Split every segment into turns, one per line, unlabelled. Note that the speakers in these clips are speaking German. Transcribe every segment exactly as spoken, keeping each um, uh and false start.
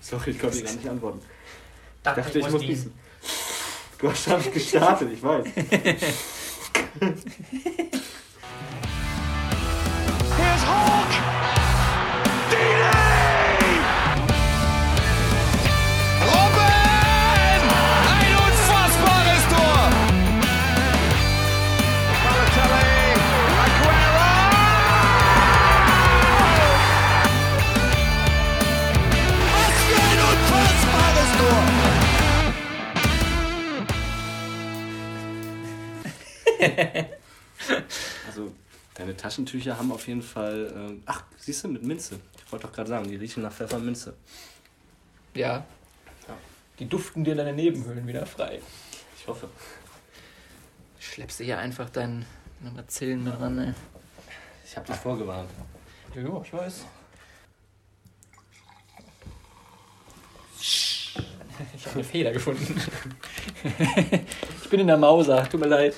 Sorry, ich konnte dir gar nicht antworten. Ich
dachte,
dachte, ich, ich muss gießen. Du hast schon gestartet, ich weiß.
Here's Hulk! D Day! Robben! Ein unfassbares Tor! Balotelli! Aguero! Was für ein unfassbares Tor!
Also, deine Taschentücher haben auf jeden Fall... Ähm, ach, siehst du, mit Minze. Ich wollte doch gerade sagen, die riechen nach Pfefferminze.
Ja.
Ja.
Die duften dir deine Nebenhöhlen wieder frei.
Ich hoffe.
Schleppst du hier einfach deine Bazillen mit ran, ey.
Ich habe dich vorgewarnt.
Ja, ja, ich weiß. Ich habe einen Fehler gefunden. Ich bin in der Mauser, tut mir leid.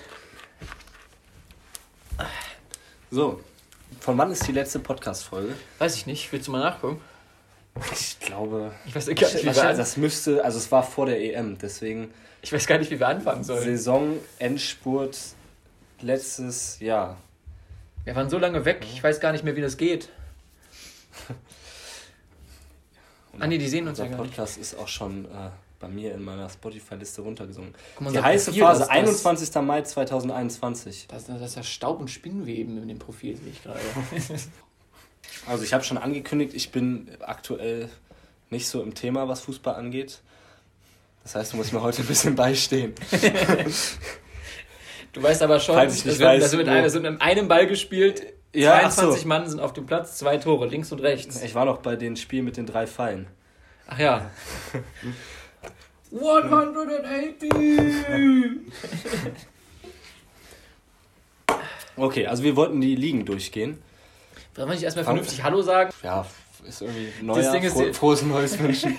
So, von wann ist die letzte Podcast-Folge?
Weiß ich nicht, willst du mal nachgucken?
Ich glaube...
Ich weiß gar nicht, wie wir an-
Das müsste... Also es war vor der E M, deswegen...
Ich weiß gar nicht, wie wir anfangen sollen.
Saison-Endspurt letztes Jahr.
Wir waren so lange weg, ich weiß gar nicht mehr, wie das geht. Ah nee, die sehen uns ja
Unser
gar nicht.
Podcast ist auch schon äh, bei mir in meiner Spotify-Liste runtergesungen.
Guck mal,
Die
unser
heiße
Profil,
Phase,
das- das-
einundzwanzigster Mai zweitausendeinundzwanzig.
Das, das ist ja Staub und Spinnweben in dem Profil, sehe ich gerade.
Also ich habe schon angekündigt, ich bin aktuell nicht so im Thema, was Fußball angeht. Das heißt, du musst mir heute ein bisschen beistehen.
Du weißt aber schon,
Falls ich nicht
es wird,
weiß,
das wird
wo-
mit, einem, es wird mit einem Ball gespielt,
Ja, ach
zweiundzwanzig
so.
Mann sind auf dem Platz, zwei Tore, links und rechts.
Ich war noch bei den Spielen mit den drei Pfeilen.
Ach ja. hundertachtzig!
Okay, also wir wollten die Ligen durchgehen.
Wollen wir nicht erstmal
Fang-
vernünftig Hallo sagen?
Ja, ist irgendwie Neujahr,
Ding ist
froh,
die-
frohes Neues wünschen.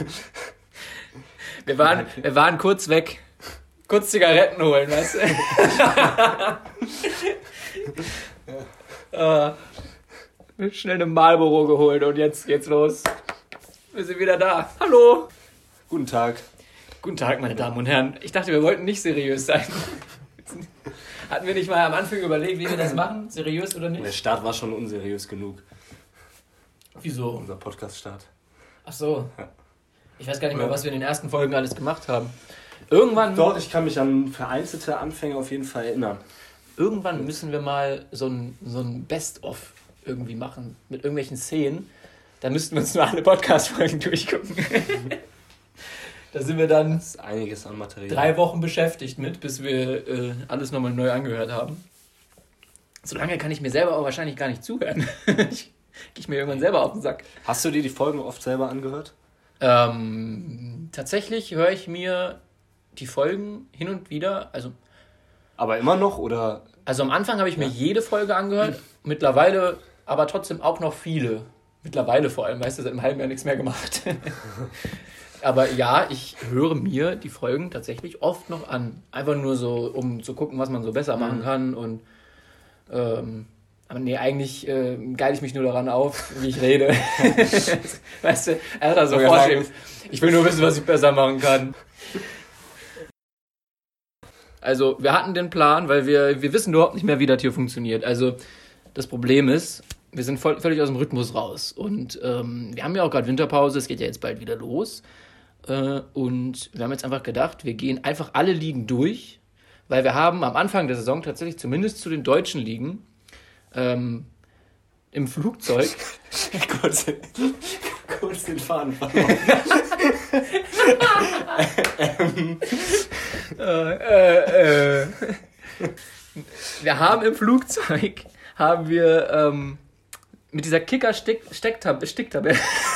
Wir waren, wir waren kurz weg. Kurz Zigaretten holen, weißt du? äh, schnell eine Marlboro geholt und jetzt geht's los. Wir sind wieder da. Hallo.
Guten Tag.
Guten Tag, meine Damen und Herren. Ich dachte, wir wollten nicht seriös sein. Hatten wir nicht mal am Anfang überlegt, wie wir das machen? Seriös oder
Der
nicht?
Start war schon unseriös genug.
Wieso?
Unser Podcast-Start.
Ach so.
Ja.
Ich weiß gar nicht mehr, was wir in den ersten Folgen alles gemacht haben. Irgendwann,
Doch, ich kann mich an vereinzelte Anfänge auf jeden Fall erinnern.
irgendwann müssen wir mal so ein, so ein Best-of irgendwie machen mit irgendwelchen Szenen. Da müssten wir uns nur alle Podcast-Folgen durchgucken. Da sind wir dann
Das ist einiges an Material.
drei Wochen beschäftigt mit, bis wir äh, alles nochmal neu angehört haben. So lange kann ich mir selber auch wahrscheinlich gar nicht zuhören. ich gehe mir irgendwann selber auf den Sack.
Hast du dir die Folgen oft selber angehört?
Ähm, tatsächlich höre ich mir die Folgen hin und wieder, also,
Aber immer noch, oder?
also am Anfang habe ich mir jede Folge angehört, mittlerweile aber trotzdem auch noch viele. Mittlerweile vor allem, weißt du, seit einem halben Jahr nichts mehr gemacht. Aber ja, ich höre mir die Folgen tatsächlich oft noch an. Einfach nur so, um zu gucken, was man so besser machen kann. Und ähm, aber nee, eigentlich äh, geile ich mich nur daran auf, wie ich rede. Weißt du, er hat da so
Ja,
Vorstellungen. Ich will nur wissen, was ich besser machen kann. Also, wir hatten den Plan, weil wir, wir wissen überhaupt nicht mehr, wie das hier funktioniert. Also, das Problem ist, wir sind voll, völlig aus dem Rhythmus raus. Und ähm, wir haben ja auch gerade Winterpause, es geht ja jetzt bald wieder los. Äh, und wir haben jetzt einfach gedacht, wir gehen einfach alle Ligen durch, weil wir haben am Anfang der Saison tatsächlich zumindest zu den deutschen Ligen ähm, im Flugzeug
kurz, kurz den Faden verloren.
äh, äh, äh. Wir haben im Flugzeug haben wir ähm, mit dieser Kicker-Sticktabelle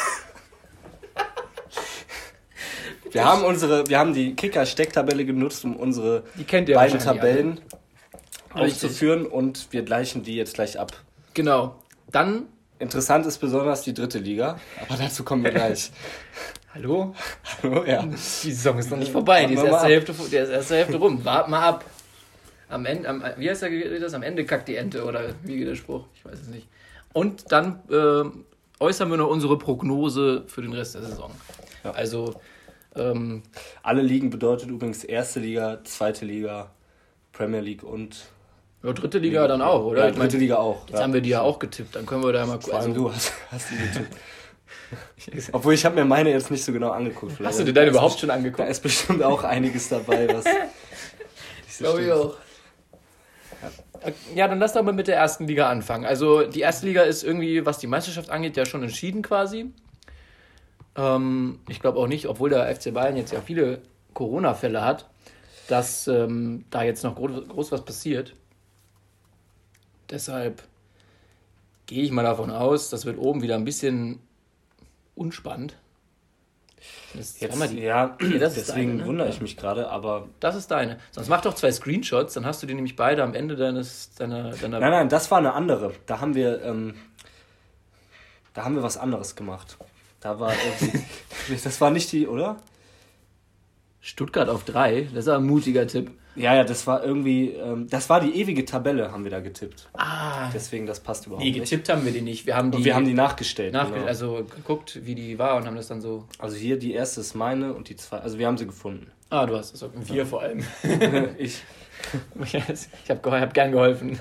Wir haben unsere, wir haben die Kicker-Stecktabelle genutzt, um unsere
Die kennt ihr
beiden
wahrscheinlich
Tabellen
Richtig.
auszuführen und wir gleichen die jetzt gleich ab.
Genau. Dann,
Interessant ist besonders die dritte Liga, aber dazu kommen wir gleich.
hallo?
Hallo, ja.
Die Saison ist noch nicht vorbei, die ist
Warten wir
erste
mal
Hälfte, die ist erste Hälfte rum. Wart mal ab. Am Ende, am, wie heißt der, das? Am Ende kackt die Ente oder wie geht der Spruch? Ich weiß es nicht. Und dann äh, äußern wir noch unsere Prognose für den Rest der Saison.
Ja.
Also ähm,
alle Ligen bedeutet übrigens erste Liga, zweite Liga, Premier League und
ja, dritte Liga dann auch, oder?
Ja,
Ich mein,
dritte Liga auch.
Jetzt
ja.
haben wir die ja auch getippt, dann können wir da mal
Vor allem
also,
du hast, hast die getippt. Obwohl, ich habe mir meine jetzt nicht so genau angeguckt. Vielleicht
hast du dir deine überhaupt schon
Da
angeguckt?
ist bestimmt auch einiges dabei, was...
Glaube ich auch. Ja, dann lass doch mal mit der ersten Liga anfangen. Also die erste Liga ist irgendwie, was die Meisterschaft angeht, ja schon entschieden quasi. Ähm, ich glaube auch nicht, obwohl der F C Bayern jetzt ja viele Corona-Fälle hat, dass ähm, da jetzt noch groß, groß was passiert. Deshalb gehe ich mal davon aus, das wird oben wieder ein bisschen unspannend. Das,
Jetzt,
mal die,
ja,
ja, das ist
deswegen
deine, ne?
wundere ich mich gerade, aber...
Das ist deine. Sonst mach doch zwei Screenshots, dann hast du die nämlich beide am Ende deines deiner, deiner
Nein, nein, das war eine andere. Da haben wir, ähm, da haben wir was anderes gemacht. Da war irgendwie, das war nicht die, oder?
Stuttgart auf drei, das ist ein mutiger Tipp.
Ja, ja, das war irgendwie, ähm, das war die ewige Tabelle, haben wir da getippt.
Ah,
Deswegen, das passt überhaupt
nee,
nicht.
getippt haben wir die nicht. Wir haben die,
Und wir haben die nachgestellt.
nachge-
genau.
also geguckt, wie die war und haben das dann so...
Also hier die erste ist meine und die zwei, also wir haben sie gefunden.
Ah, du hast es. Wir ja. vor allem.
ich.
Ich habe hab gern geholfen.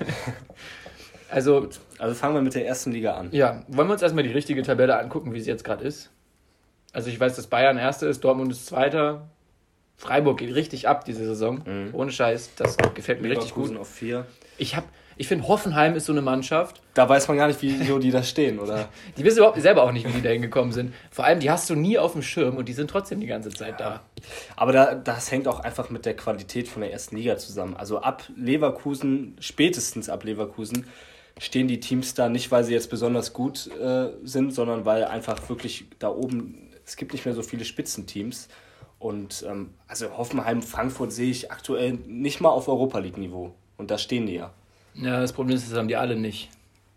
Also,
also fangen wir mit der ersten Liga an.
Ja, wollen wir uns erstmal die richtige Tabelle angucken, wie sie jetzt gerade ist. Also ich weiß, dass Bayern Erster ist, Dortmund ist Zweiter. Freiburg geht richtig ab diese Saison.
Mhm.
Ohne Scheiß, das gefällt mir richtig gut.
Auf vier.
Ich, hab, ich finde, Hoffenheim ist so eine Mannschaft.
Da weiß man gar nicht, wie die da stehen, oder?
Die wissen überhaupt selber auch nicht, wie die da hingekommen sind. Vor allem, die hast du nie auf dem Schirm und die sind trotzdem die ganze Zeit
Ja.
da.
Aber da, das hängt auch einfach mit der Qualität von der ersten Liga zusammen. Also ab Leverkusen, spätestens ab Leverkusen, stehen die Teams da nicht, weil sie jetzt besonders gut äh, sind, sondern weil einfach wirklich da oben, es gibt nicht mehr so viele Spitzenteams. Und ähm, also Hoffenheim, Frankfurt sehe ich aktuell nicht mal auf Europa-League-Niveau. Und da stehen die ja.
Ja, das Problem ist, das haben die alle nicht.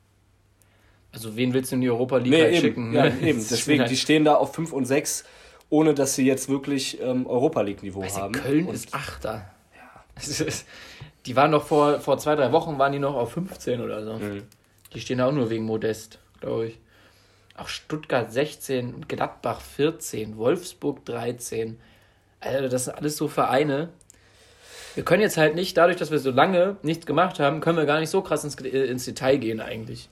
Also wen willst du in die Europa League
Nee,
halt
eben,
schicken?
ja,
Ne?
eben.
Das
Deswegen,
halt-
die stehen da auf fünf und sechs, ohne dass sie jetzt wirklich ähm, Europa-League-Niveau
Also
haben.
Köln
und
ist Achter. Ja. Die waren noch vor, vor zwei, drei Wochen waren die noch auf fünfzehn oder so.
Mhm.
Die stehen da auch nur wegen Modest, glaube ich. Auch Stuttgart sechzehn, Gladbach vierzehn, Wolfsburg dreizehn. Also das sind alles so Vereine. Wir können jetzt halt nicht, dadurch, dass wir so lange nichts gemacht haben, können wir gar nicht so krass ins, ins Detail gehen eigentlich.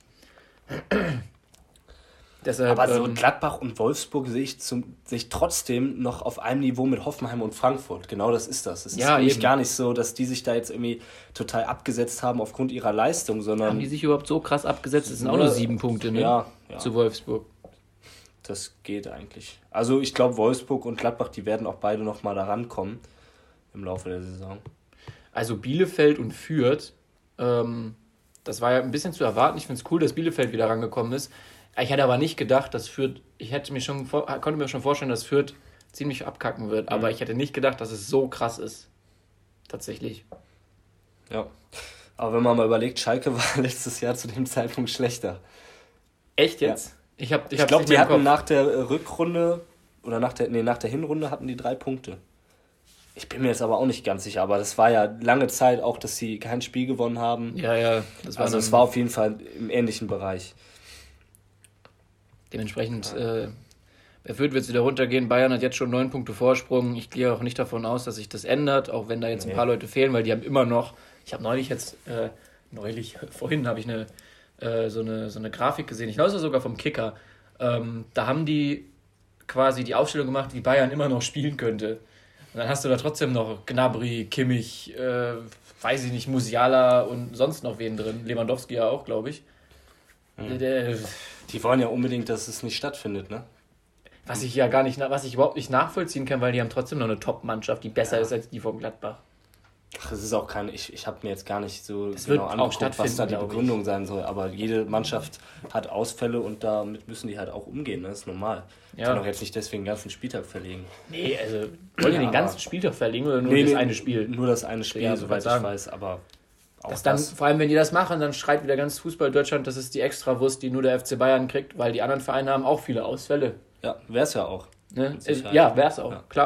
Deshalb,
Aber so
ähm,
Gladbach und Wolfsburg sehe ich, zum, sehe ich trotzdem noch auf einem Niveau mit Hoffenheim und Frankfurt. Genau das ist das. Es ist
Ja,
nämlich
eben.
gar nicht so, dass die sich da jetzt irgendwie total abgesetzt haben aufgrund ihrer Leistung, sondern
haben die sich überhaupt so krass abgesetzt? Das sind auch
Nur-
nur sieben Punkte, ne?
ja, ja,
Zu Wolfsburg.
das geht eigentlich. Also ich glaube, Wolfsburg und Gladbach, die werden auch beide noch mal da rankommen im Laufe der Saison.
Also Bielefeld und Fürth, ähm, das war ja ein bisschen zu erwarten. Ich finde es cool, dass Bielefeld wieder rangekommen ist. Ich hätte aber nicht gedacht, dass Fürth, ich hätte mir schon vor, konnte mir schon vorstellen, dass Fürth ziemlich abkacken wird. Aber ich hätte nicht gedacht, dass es so krass ist. Tatsächlich.
Ja. Aber wenn man mal überlegt, Schalke war letztes Jahr zu dem Zeitpunkt schlechter.
Echt jetzt? Ich, hab, ich,
Ich glaube, die hatten nach der äh, Rückrunde oder nach der, nee, nach der Hinrunde hatten die drei Punkte. Ich bin mir jetzt aber auch nicht ganz sicher, aber das war ja lange Zeit auch, dass sie kein Spiel gewonnen haben.
Ja, ja. Das war
Also
dann-
es war auf jeden Fall im ähnlichen Bereich.
Dementsprechend, äh, bei Fürth wird es wieder runtergehen. Bayern hat jetzt schon neun Punkte Vorsprung. Ich gehe auch nicht davon aus, dass sich das ändert, auch wenn da jetzt
Nee.
ein paar Leute fehlen, weil die haben immer noch, ich habe neulich jetzt, äh, neulich, vorhin habe ich eine, äh, so, eine, so eine Grafik gesehen, ich glaube, es war sogar vom Kicker. Ähm, da haben die quasi die Aufstellung gemacht, wie Bayern immer noch spielen könnte. Und dann hast du da trotzdem noch Gnabry, Kimmich, äh, weiß ich nicht, Musiala und sonst noch wen drin. Lewandowski ja auch, glaube ich.
Mhm.
Der,
Die wollen ja unbedingt, dass es nicht stattfindet, ne?
Was ich ja gar nicht, was ich überhaupt nicht nachvollziehen kann, weil die haben trotzdem noch eine Top-Mannschaft, die besser
Ja.
ist als die von Gladbach.
Ach, es ist auch keine, ich, ich habe mir jetzt gar nicht so
Es wird
genau
auch
angeguckt, was
stattfinden,
da die
glaub ich.
Begründung sein soll. Aber jede Mannschaft hat Ausfälle und damit müssen die halt auch umgehen, ne? Das ist normal.
Ja.
Kann doch jetzt nicht deswegen den ganzen Spieltag verlegen.
Nee, also wollen die
Ja,
den ganzen
aber-
Spieltag verlegen oder nur
Nee,
das
nee,
eine Spiel?
Nur das eine Spiel,
Ja,
soweit ich
wollte sagen.
weiß, aber auch
Das dann,
das.
vor allem, wenn die das machen, dann schreit wieder ganz Fußball Deutschland, das ist die Extrawurst, die nur der F C Bayern kriegt, weil die anderen Vereine haben auch viele Ausfälle.
Ja, wär's ja auch.
Ne?
Mit Sicherheit.
Ja, wär's auch,
Ja.
klar.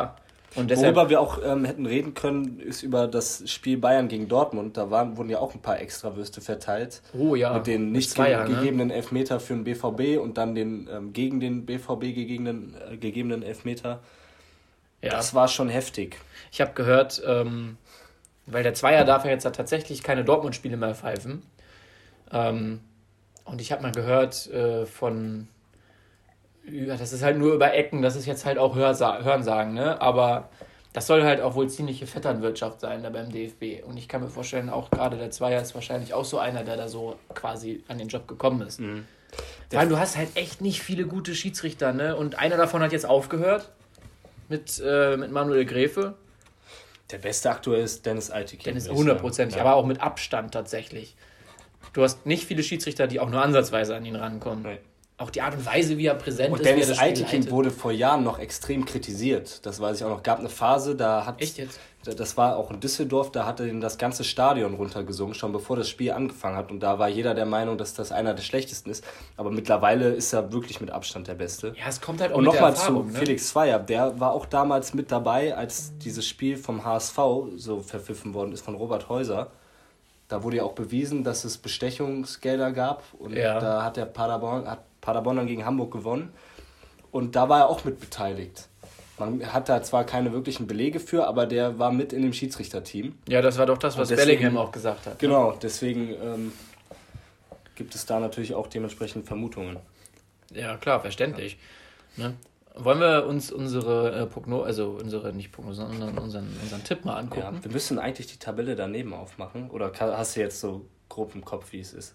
Und deshalb,
Worüber wir auch ähm, hätten reden können, ist über das Spiel Bayern gegen Dortmund. Da waren, wurden ja auch ein paar Extrawürste verteilt.
Oh ja.
Mit den nicht
Zweier,
ge-
ne?
gegebenen Elfmeter für den B V B und dann den ähm, gegen den B V B gegebenen, äh, gegebenen Elfmeter.
ja.
Das war schon heftig.
Ich habe gehört, ähm, weil der Zweier darf ja jetzt tatsächlich keine Dortmund-Spiele mehr pfeifen. Ähm, und ich habe mal gehört äh, von, ja, das ist halt nur über Ecken, das ist jetzt halt auch Hörsa- Hörensagen, ne? Aber das soll halt auch wohl ziemliche Vetternwirtschaft sein da beim D F B. Und ich kann mir vorstellen, auch gerade der Zweier ist wahrscheinlich auch so einer, der da so quasi an den Job gekommen ist.
Mhm.
Weil du hast halt echt nicht viele gute Schiedsrichter, ne? Und einer davon hat jetzt aufgehört mit, äh, mit Manuel Gräfe.
Der beste aktuell ist Dennis Eitekin.
Dennis
würde ich
hundertprozentig,
sagen.
aber auch mit Abstand tatsächlich. Du hast nicht viele Schiedsrichter, die auch nur ansatzweise an ihn rankommen.
Nee.
Auch die Art und Weise, wie er präsent
Und
ist, wie er
Dennis
das Spiel
Eitekin
leitet.
wurde vor Jahren noch extrem kritisiert. Das weiß ich auch noch. Gab eine Phase, da hat...
Echt jetzt?
Das war auch in Düsseldorf, da hatte ihn das ganze Stadion runtergesungen, schon bevor das Spiel angefangen hat. Und da war jeder der Meinung, dass das einer der schlechtesten ist. Aber mittlerweile ist er wirklich mit Abstand der Beste.
Ja, es kommt halt auch
Und
mit der
nochmal zu
Erfahrung, ne?
Felix Zweier, der war auch damals mit dabei, als dieses Spiel vom H S V so verpfiffen worden ist von Robert Häuser. Da wurde ja auch bewiesen, dass es Bestechungsgelder gab. Und
Ja.
da hat der Paderborn, hat Paderborn dann gegen Hamburg gewonnen. Und da war er auch mit beteiligt. Man hat da zwar keine wirklichen Belege für, aber der war mit in dem Schiedsrichterteam.
Ja, das war doch das, was
Und deswegen-
Bellingham auch gesagt hat.
Genau, deswegen ähm, gibt es da natürlich auch dementsprechend Vermutungen.
Ja, klar, verständlich. Ne? Wollen wir uns unsere äh, Prognose, also unsere, nicht Prognose, sondern unseren, unseren Tipp mal
Ja,
angucken?
wir müssen eigentlich die Tabelle daneben aufmachen. Oder ka- hast du jetzt so grob im Kopf, wie es ist?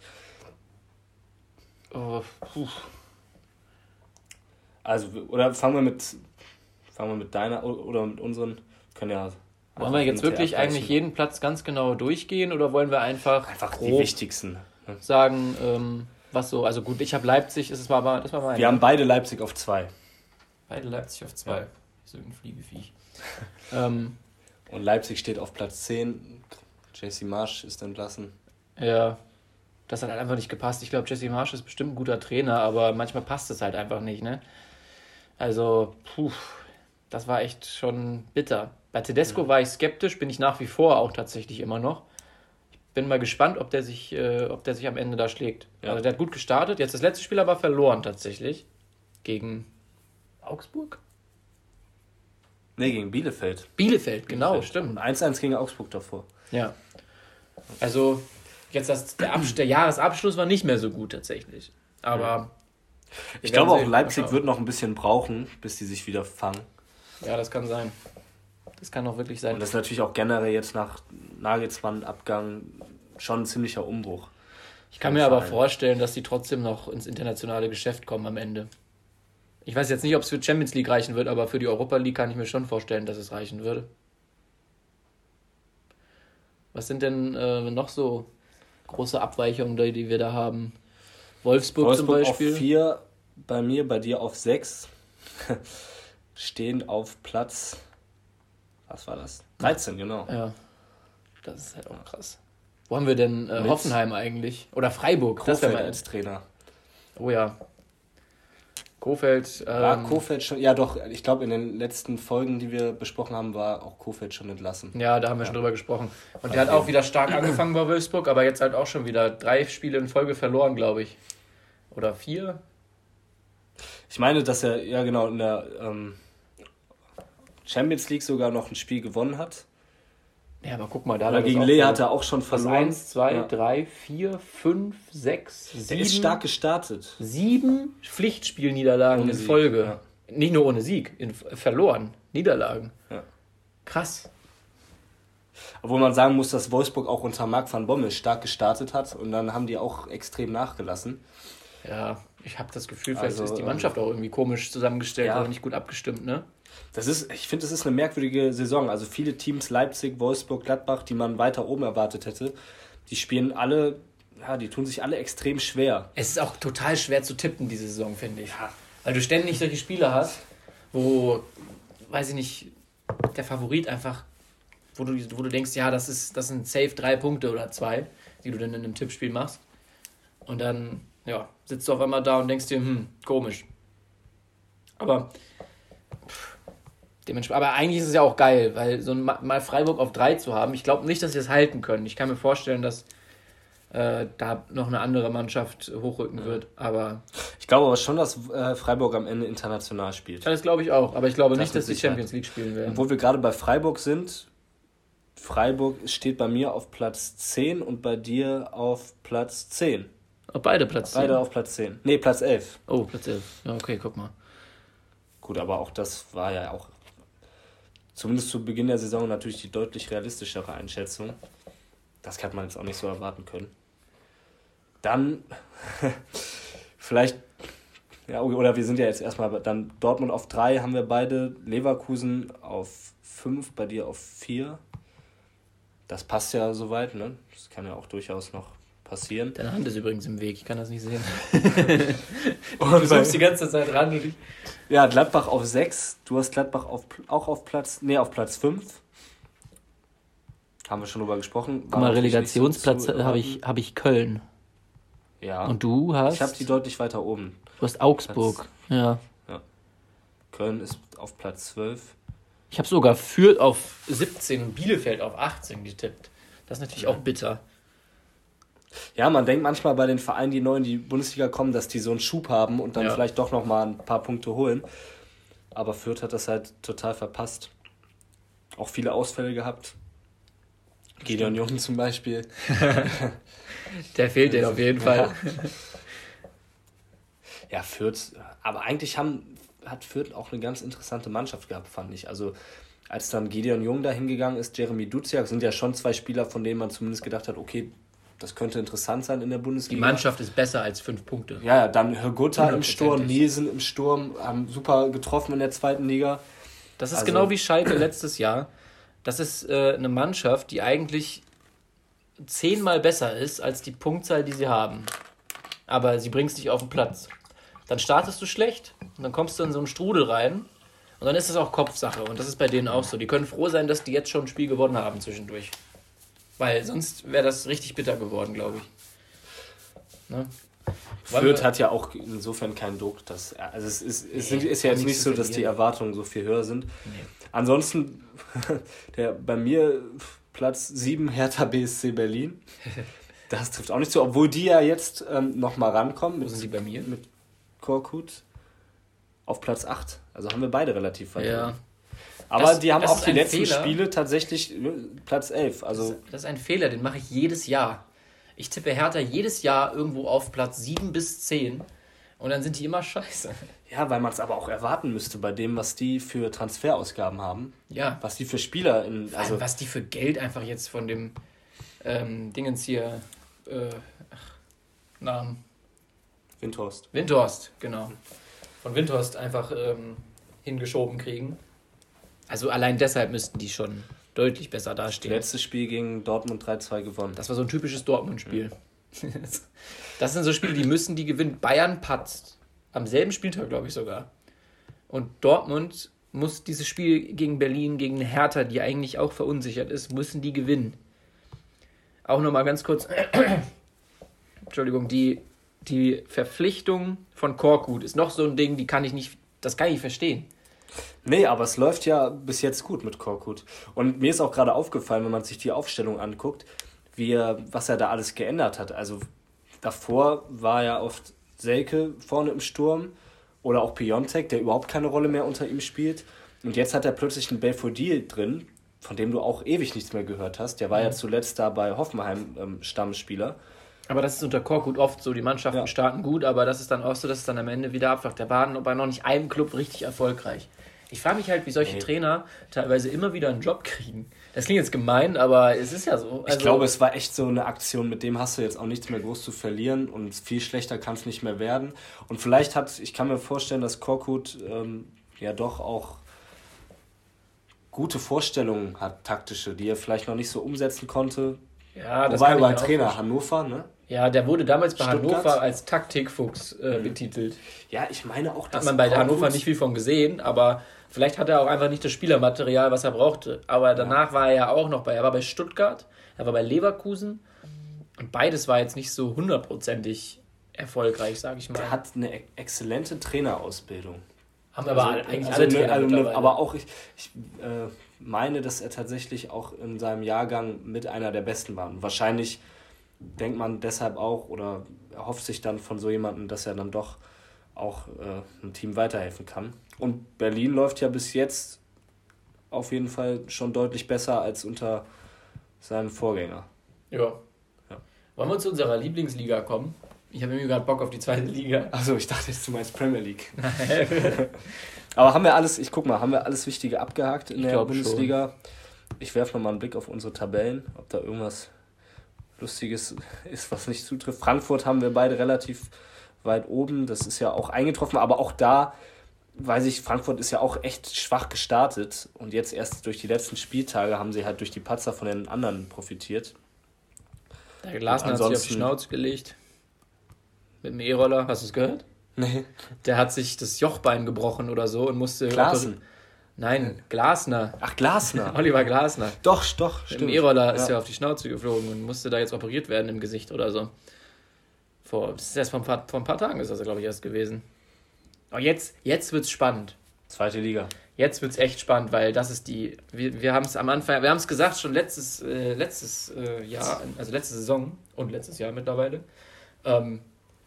Oh, puh.
Also, oder fangen wir mit, fangen wir mit deiner o- oder mit unseren. Können ja.
Wollen wir jetzt
einfach
wirklich
abweichen.
eigentlich jeden Platz ganz genau durchgehen oder wollen wir einfach,
Einfach die
grob
wichtigsten. ne?
sagen, ähm, was so, also gut, ich habe Leipzig, das war, aber- das war mein.
Wir haben beide Leipzig auf zwei.
beide Leipzig auf zwei.
Ja.
So ein Fliegeviech. ähm,
Und Leipzig steht auf Platz zehn. J C Marsch ist entlassen.
ja, das hat halt einfach nicht gepasst. Ich glaube, Jesse Marsch ist bestimmt ein guter Trainer, aber manchmal passt es halt einfach nicht, ne? Also, puh, das war echt schon bitter. Bei Tedesco
Mhm.
war ich skeptisch, bin ich nach wie vor auch tatsächlich immer noch. Ich bin mal gespannt, ob der sich, äh, ob der sich am Ende da schlägt.
Ja.
Also der hat gut gestartet, jetzt das letzte Spiel aber verloren tatsächlich. Gegen Augsburg?
Ne, gegen Bielefeld.
Bielefeld, genau,
Bielefeld.
stimmt.
eins eins gegen Augsburg davor.
Ja. Also, jetzt das, der, Abs- der Jahresabschluss war nicht mehr so gut tatsächlich. Aber.
Ich
wir werden
glaube auch,
sehen.
Leipzig
Mal
wird noch ein bisschen brauchen, bis die sich wieder fangen.
schauen. Ja, das kann sein. Das kann auch wirklich sein.
Und das ist natürlich auch generell jetzt nach Nagelsmann-Abgang schon ein ziemlicher Umbruch.
Ich kann
vom
mir aber
Verein.
vorstellen, dass die trotzdem noch ins internationale Geschäft kommen am Ende. Ich weiß jetzt nicht, ob es für Champions League reichen wird, aber für die Europa League kann ich mir schon vorstellen, dass es reichen würde. Was sind denn äh, noch so große Abweichungen, die die wir da haben? Wolfsburg,
Wolfsburg
zum Beispiel.
auf vier, bei mir, bei dir auf sechs. Stehen auf Platz, was war das? dreizehn, genau.
Ja, das ist halt auch krass. Wo haben wir denn äh,
Mit
Hoffenheim eigentlich? Oder Freiburg? Das wäre
Kofeld
mal.
als Trainer.
Oh ja. Kofeld. Ähm,
War Kofeld schon, ja doch, ich glaube in den letzten Folgen, die wir besprochen haben, war auch Kofeld schon entlassen.
Ja, da haben wir schon drüber gesprochen. Und der hat auch wieder stark angefangen bei Wolfsburg, aber jetzt halt auch schon wieder drei Spiele in Folge verloren, glaube ich. Oder vier?
Ich meine, dass er, ja genau, in der ähm, Champions League sogar noch ein Spiel gewonnen hat.
Ja, aber guck mal, da
Aber
hat er
gegen
das
Lee
auch
hat er auch schon
das
verloren.
eins, zwei,
Ja.
drei, vier, fünf, sechs,
Der
sieben.
ist stark gestartet.
Sieben Pflichtspielniederlagen
Ohne
in
Sieg,
Folge.
ja.
Nicht nur ohne Sieg, in, verloren. Niederlagen.
Ja.
Krass.
Obwohl man sagen muss, dass Wolfsburg auch unter Marc van Bommel stark gestartet hat und dann haben die auch extrem nachgelassen.
Ja, ich habe das Gefühl, vielleicht
Also,
ist die
ähm,
Mannschaft auch irgendwie komisch zusammengestellt
ja.
oder nicht gut abgestimmt, ne?
Das ist, ich finde, das ist eine merkwürdige Saison. Also viele Teams, Leipzig, Wolfsburg, Gladbach, die man weiter oben erwartet hätte, die spielen alle, ja, die tun sich alle extrem schwer.
Es ist auch total schwer zu tippen, diese Saison, finde ich. Weil du ständig solche Spiele hast, wo, weiß ich nicht, der Favorit einfach, wo du, wo du denkst, ja, das ist, das sind safe drei Punkte oder zwei, die du dann in einem Tippspiel machst. Und dann, ja, sitzt du auf einmal da und denkst dir, hm, komisch. Aber pff, Dementsprechend, aber eigentlich ist es ja auch geil, weil so ein, mal Freiburg auf drei zu haben, ich glaube nicht, dass sie es halten können. Ich kann mir vorstellen, dass äh, da noch eine andere Mannschaft hochrücken wird, aber...
Ich glaube aber schon, dass äh, Freiburg am Ende international spielt.
Ja, das glaube ich auch, aber ich glaube
Das
nicht, dass
mit
die
Sicherheit.
Champions League spielen werden.
Obwohl wir gerade bei Freiburg sind, Freiburg steht bei mir auf Platz zehn und bei dir auf Platz zehn.
Auf beide Platz
Beide
zehn.
auf Platz zehn. Nee, Platz elf.
Oh, Platz elf. Ja, okay, guck mal.
Gut, aber auch das war ja auch zumindest zu Beginn der Saison natürlich die deutlich realistischere Einschätzung. Das hat man jetzt auch nicht so erwarten können. Dann vielleicht, ja, oder wir sind ja jetzt erstmal dann Dortmund auf drei, haben wir beide, Leverkusen auf fünf, bei dir auf vier. Das passt ja soweit, ne? Das kann ja auch durchaus noch passieren.
Deine Hand ist übrigens im Weg, ich kann das nicht sehen. Du versuchst die ganze Zeit ran.
Ja, Gladbach auf sechs, du hast Gladbach auf, auch auf Platz, nee, auf Platz fünf. Haben wir schon drüber gesprochen.
Guck mal, Relegationsplatz habe ich, hab ich Köln.
Ja.
Und du hast?
Ich habe die deutlich weiter oben.
Du hast Augsburg.
Platz,
ja.
ja. Köln ist auf Platz zwölf.
Ich habe sogar Fürth auf siebzehn und Bielefeld auf achtzehn getippt. Das ist natürlich ja. auch bitter.
Ja, man denkt manchmal bei den Vereinen, die neu in die Bundesliga kommen, dass die so einen Schub haben und dann ja. vielleicht doch nochmal ein paar Punkte holen. Aber Fürth hat das halt total verpasst. Auch viele Ausfälle gehabt. Gideon Jung zum Beispiel.
Der fehlt dir auf jeden Fall.
Ja, Fürth. Aber eigentlich haben, hat Fürth auch eine ganz interessante Mannschaft gehabt, fand ich. Also als dann Gideon Jung da hingegangen ist, Jeremy Duziak, sind ja schon zwei Spieler, von denen man zumindest gedacht hat, okay, das könnte interessant sein in der Bundesliga.
Die Mannschaft ist besser als fünf Punkte.
Ja, dann Hörgutta im Sturm, Nielsen im Sturm, haben super getroffen in der zweiten Liga.
Das ist
also,
genau wie Schalke letztes Jahr. Das ist äh, eine Mannschaft, die eigentlich zehnmal besser ist als die Punktzahl, die sie haben. Aber sie bringt es nicht auf den Platz. Dann startest du schlecht und dann kommst du in so einen Strudel rein und dann ist es auch Kopfsache. Und das ist bei denen auch so. Die können froh sein, dass die jetzt schon ein Spiel gewonnen haben zwischendurch. Weil sonst wäre das richtig bitter geworden, glaube ich. Ne?
Fürth hat ja auch insofern keinen Druck. Dass, also es ist, es nee, ist ja jetzt nicht so, dass die Erwartungen so viel höher sind. Nee. Ansonsten, der bei mir Platz sieben Hertha B S C Berlin. Das trifft auch nicht zu, obwohl die ja jetzt ähm, nochmal rankommen.
Wo sind die bei mir?
Mit Korkut auf Platz acht. Also haben wir beide relativ weit.
Ja.
Aber
das,
die haben auch die letzten
Fehler.
Spiele tatsächlich Platz elf. Also
das, das ist ein Fehler, den mache ich jedes Jahr. Ich tippe Hertha jedes Jahr irgendwo auf Platz sieben bis zehn und dann sind die immer scheiße.
Ja, weil man es aber auch erwarten müsste bei dem, was die für Transferausgaben haben.
Ja.
Was die für Spieler in.
Also allem, was die für Geld einfach jetzt von dem ähm, Dingens hier. Äh, ach, Namen.
Windhorst.
Windhorst, genau. Von Windhorst einfach ähm, hingeschoben kriegen. Also allein deshalb müssten die schon deutlich besser dastehen.
Letztes Spiel gegen Dortmund drei zwei gewonnen.
Das war so ein typisches Dortmund-Spiel. Mhm. Das sind so Spiele, die müssen die gewinnen. Bayern patzt. Am selben Spieltag, glaube ich sogar. Und Dortmund muss dieses Spiel gegen Berlin, gegen Hertha, die eigentlich auch verunsichert ist, müssen die gewinnen. Auch nochmal ganz kurz. Entschuldigung, die, die Verpflichtung von Korkut ist noch so ein Ding, die kann ich nicht, das kann ich nicht verstehen.
Nee, aber es läuft ja bis jetzt gut mit Korkut. Und mir ist auch gerade aufgefallen, wenn man sich die Aufstellung anguckt, wie er, was er da alles geändert hat. Also davor war ja oft Selke vorne im Sturm oder auch Piontek, der überhaupt keine Rolle mehr unter ihm spielt. Und jetzt hat er plötzlich einen Belfodil drin, von dem du auch ewig nichts mehr gehört hast. Der war mhm. ja zuletzt da bei Hoffenheim ähm, Stammspieler.
Aber das ist unter Korkut oft so, die Mannschaften ja. starten gut, aber das ist dann auch so, dass es dann am Ende wieder abflacht. Der war bei noch nicht einem Club richtig erfolgreich. Ich frage mich halt, wie solche nee. Trainer teilweise immer wieder einen Job kriegen. Das klingt jetzt gemein, aber es ist ja so.
Also ich glaube, es war echt so eine Aktion, mit dem hast du jetzt auch nichts mehr groß zu verlieren und viel schlechter kann es nicht mehr werden. Und vielleicht hat, ich kann mir vorstellen, dass Korkut ähm, ja doch auch gute Vorstellungen hat, taktische, die er vielleicht noch nicht so umsetzen konnte.
Ja, das
Wobei
kann
über
ich
Trainer Hannover, ne?
Ja, der wurde damals bei
Stuttgart?
Hannover als Taktikfuchs äh, mhm. betitelt.
Ja, ich meine auch, dass
hat man bei Korkut Hannover nicht viel von gesehen, aber vielleicht hat er auch einfach nicht das Spielermaterial, was er brauchte. Aber danach ja. war er ja auch noch bei, er war bei Stuttgart, er war bei Leverkusen und beides war jetzt nicht so hundertprozentig erfolgreich, sage ich mal.
Der hat eine exzellente Trainerausbildung.
Haben aber
also,
eigentlich
also,
alle Trainer
also,
mittlerweile.
aber auch ich, ich äh, meine, dass er tatsächlich auch in seinem Jahrgang mit einer der Besten war. Und wahrscheinlich denkt man deshalb auch oder erhofft sich dann von so jemandem, dass er dann doch auch äh, einem Team weiterhelfen kann. Und Berlin läuft ja bis jetzt auf jeden Fall schon deutlich besser als unter seinem Vorgänger.
Ja.
Ja.
Wollen wir zu unserer Lieblingsliga kommen? Ich habe irgendwie gerade Bock auf die zweite Liga.
Achso, ich dachte jetzt, du meinst Premier League. Aber haben wir alles, ich guck mal, haben wir alles Wichtige abgehakt in
Ich
der
glaub
Bundesliga? Schon. Ich werfe nochmal einen Blick auf unsere Tabellen, ob da irgendwas Lustiges ist, was nicht zutrifft. Frankfurt haben wir beide relativ weit oben, das ist ja auch eingetroffen, aber auch da, weiß ich, Frankfurt ist ja auch echt schwach gestartet und jetzt erst durch die letzten Spieltage haben sie halt durch die Patzer von den anderen profitiert.
Der Glasner hat sich auf die Schnauze gelegt. Mit dem E-Roller, hast du es gehört?
Nee.
Der hat sich das Jochbein gebrochen oder so und musste...
Glasen.
Nein, Glasner.
Ach, Glasner.
Oliver Glasner.
Doch, doch,
Mit
stimmt.
dem E-Roller ist
ja.
er auf die Schnauze geflogen und musste da jetzt operiert werden im Gesicht oder so. Vor, das ist erst vor ein paar, vor ein paar Tagen ist das, glaube ich, erst gewesen. Aber jetzt, jetzt wird es spannend.
Zweite Liga.
Jetzt wird es echt spannend, weil das ist die... Wir, wir haben es am Anfang... Wir haben es gesagt, schon letztes, äh, letztes äh, Jahr, also letzte Saison und letztes Jahr mittlerweile. Ähm,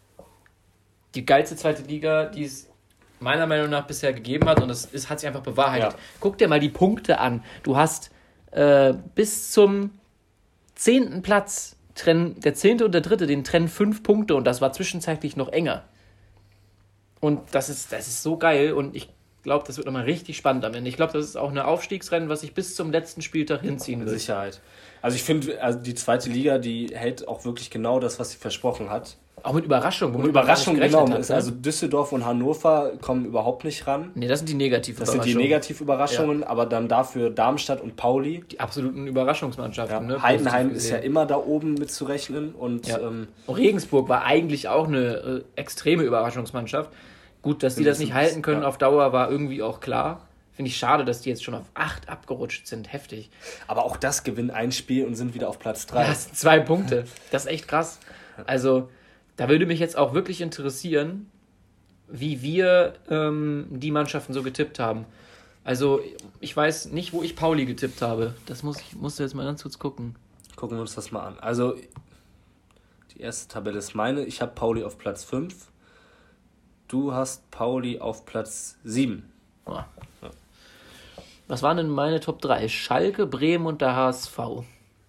die geilste zweite Liga, die es meiner Meinung nach bisher gegeben hat und das ist, hat sich einfach bewahrheitet.
Ja.
Guck dir mal die Punkte an. Du hast äh, bis zum zehnten Platz trennen, der zehnte und der dritte, den trennen fünf Punkte und das war zwischenzeitlich noch enger. Und das ist, das ist so geil und ich glaube, das wird nochmal richtig spannend am Ende. Ich glaube, das ist auch ein Aufstiegsrennen, was sich bis zum letzten Spieltag hinziehen
Mit
wird.
Sicherheit. Also ich finde, also die zweite Liga, die hält auch wirklich genau das, was sie versprochen hat.
Auch mit Überraschung.
Und Überraschung, genau.
Hat,
ist, also Düsseldorf und Hannover kommen überhaupt nicht ran.
Nee, das sind die Negativüberraschungen.
Das sind die Negativüberraschungen, ja. Aber dann dafür Darmstadt und Pauli.
Die absoluten Überraschungsmannschaften.
Ja.
Ne?
Heidenheim ist ja immer da oben mitzurechnen. Und,
ja.
ähm,
Regensburg war eigentlich auch eine äh, extreme Überraschungsmannschaft. Gut, dass die das nicht halten können ja. auf Dauer, war irgendwie auch klar. Finde ich schade, dass die jetzt schon auf acht abgerutscht sind. Heftig.
Aber auch das gewinnt ein Spiel und sind wieder auf Platz drei.
Das sind zwei Punkte. Das ist echt krass. Also, da würde mich jetzt auch wirklich interessieren, wie wir ähm, die Mannschaften so getippt haben. Also, ich weiß nicht, wo ich Pauli getippt habe. Das muss ich musste jetzt mal ganz kurz gucken.
Gucken wir uns das mal an. Also, die erste Tabelle ist meine. Ich habe Pauli auf Platz fünf. Du hast Pauli auf Platz sieben.
Oh. Ja. Was waren denn meine Top drei? Schalke, Bremen und der H S V.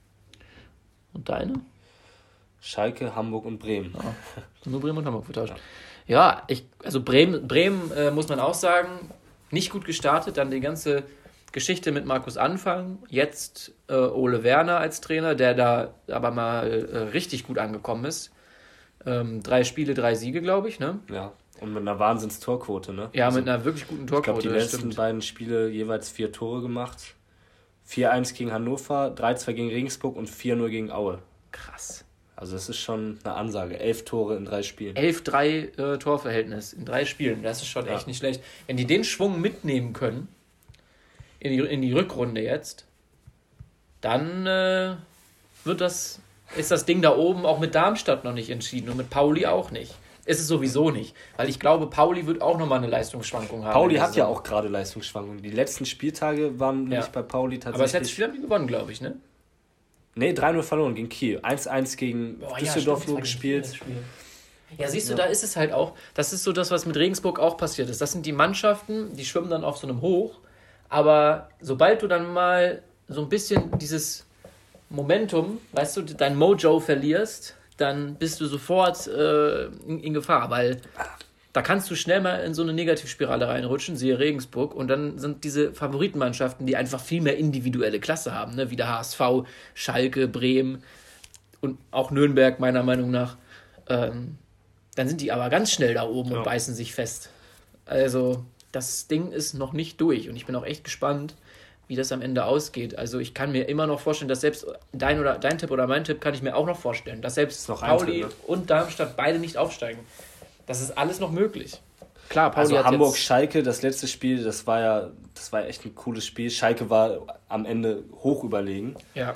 Und deine?
Schalke, Hamburg und Bremen.
Ja, nur Bremen und Hamburg vertauscht. Ja, ja ich, also Bremen, Bremen äh, muss man auch sagen, nicht gut gestartet. Dann die ganze Geschichte mit Markus Anfang. Jetzt äh, Ole Werner als Trainer, der da aber mal äh, richtig gut angekommen ist. Ähm, drei Spiele, drei Siege, glaube ich, ne?
Ja. Und mit einer Wahnsinns-Torquote, ne?
Ja,
also,
mit einer wirklich guten Torquote.
Ich glaube, die letzten
stimmt.
beiden Spiele jeweils vier Tore gemacht. vier eins gegen Hannover, drei zwei gegen Regensburg und vier null gegen Aue.
Krass.
Also das ist schon eine Ansage. Elf Tore in drei Spielen.
elf drei äh, Torverhältnis in drei Spielen. Das ist schon echt ja. nicht schlecht. Wenn die den Schwung mitnehmen können, in die, in die Rückrunde jetzt, dann äh, wird das, ist das Ding da oben auch mit Darmstadt noch nicht entschieden und mit Pauli auch nicht. Ist es sowieso nicht. Weil ich glaube, Pauli wird auch nochmal eine Leistungsschwankung haben.
Pauli hat ja auch gerade Leistungsschwankungen. Die letzten Spieltage waren ja. nicht bei Pauli tatsächlich.
Aber das letzte Spiel haben die gewonnen, glaube ich, ne?
Ne, drei null verloren gegen Kiel. eins eins gegen
Boah,
Düsseldorf
ja,
nur gespielt.
Ja, siehst du, ja. da ist es halt auch, das ist so das, was mit Regensburg auch passiert ist. Das sind die Mannschaften, die schwimmen dann auf so einem Hoch, aber sobald du dann mal so ein bisschen dieses Momentum, weißt du, dein Mojo verlierst, dann bist du sofort äh, in, in Gefahr, weil da kannst du schnell mal in so eine Negativspirale reinrutschen, siehe Regensburg, und dann sind diese Favoritenmannschaften, die einfach viel mehr individuelle Klasse haben, ne? Wie der H S V, Schalke, Bremen und auch Nürnberg meiner Meinung nach, ähm, dann sind die aber ganz schnell da oben ja. und beißen sich fest. Also das Ding ist noch nicht durch und ich bin auch echt gespannt, wie das am Ende ausgeht. Also ich kann mir immer noch vorstellen, dass selbst dein oder dein Tipp oder mein Tipp kann ich mir auch noch vorstellen, dass selbst noch Pauli Tipp, ne? und Darmstadt beide nicht aufsteigen. Das ist alles noch möglich. Klar, Pauli
also
hat
Hamburg,
jetzt
Schalke, das letzte Spiel, das war ja, das war echt ein cooles Spiel. Schalke war am Ende hoch überlegen.
Ja.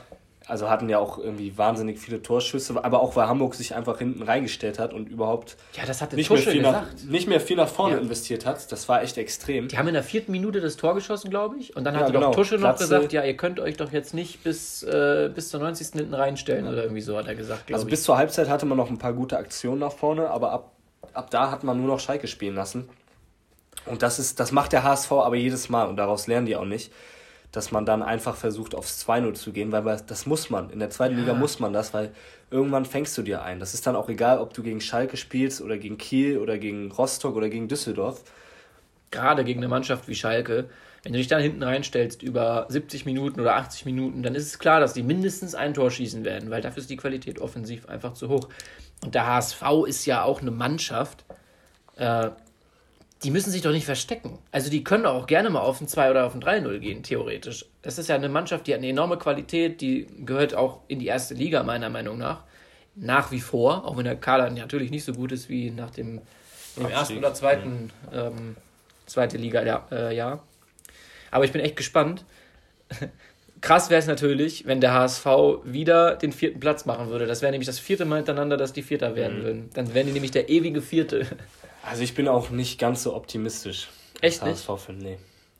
also hatten ja auch irgendwie wahnsinnig viele Torschüsse, aber auch weil Hamburg sich einfach hinten reingestellt hat und überhaupt
ja, das hatte
nicht, mehr
Tuschel
viel nach,
gesagt.
nicht mehr viel nach vorne
Ja.
investiert hat. Das war echt extrem.
Die haben in der vierten Minute das Tor geschossen, glaube ich. Und dann
Ja,
hatte
genau.
doch Tuschel noch
Platze-
gesagt, ja, ihr könnt euch doch jetzt nicht bis, äh, bis zur neunzigsten hinten reinstellen. Oder irgendwie so hat er gesagt, glaube
Also
ich.
bis zur Halbzeit hatte man noch ein paar gute Aktionen nach vorne, aber ab, ab da hat man nur noch Schalke spielen lassen. Und das ist, das macht der H S V aber jedes Mal und daraus lernen die auch nicht, dass man dann einfach versucht, aufs zwei null zu gehen, weil das muss man. In der zweiten
Ja.
Liga muss man das, weil irgendwann fängst du dir ein. Das ist dann auch egal, ob du gegen Schalke spielst oder gegen Kiel oder gegen Rostock oder gegen Düsseldorf.
Gerade gegen eine Mannschaft wie Schalke, wenn du dich dann hinten reinstellst über siebzig Minuten oder achtzig Minuten, dann ist es klar, dass die mindestens ein Tor schießen werden, weil dafür ist die Qualität offensiv einfach zu hoch. Und der H S V ist ja auch eine Mannschaft, äh, die müssen sich doch nicht verstecken. Also die können auch gerne mal auf ein zwei oder auf ein drei null gehen, theoretisch. Das ist ja eine Mannschaft, die hat eine enorme Qualität, die gehört auch in die erste Liga, meiner Meinung nach. Nach wie vor, auch wenn der Kader natürlich nicht so gut ist wie nach dem, dem ersten oder zweiten ähm, zweite Liga, ja, äh, ja. Aber ich bin echt gespannt. Krass wäre es natürlich, wenn der H S V wieder den vierten Platz machen würde. Das wäre nämlich das vierte Mal hintereinander, dass die Vierter werden
Mhm.
würden. Dann wären die nämlich der ewige Vierte.
Also ich bin auch nicht ganz so optimistisch.
Echt
H S
nicht?
V -Fan, nee.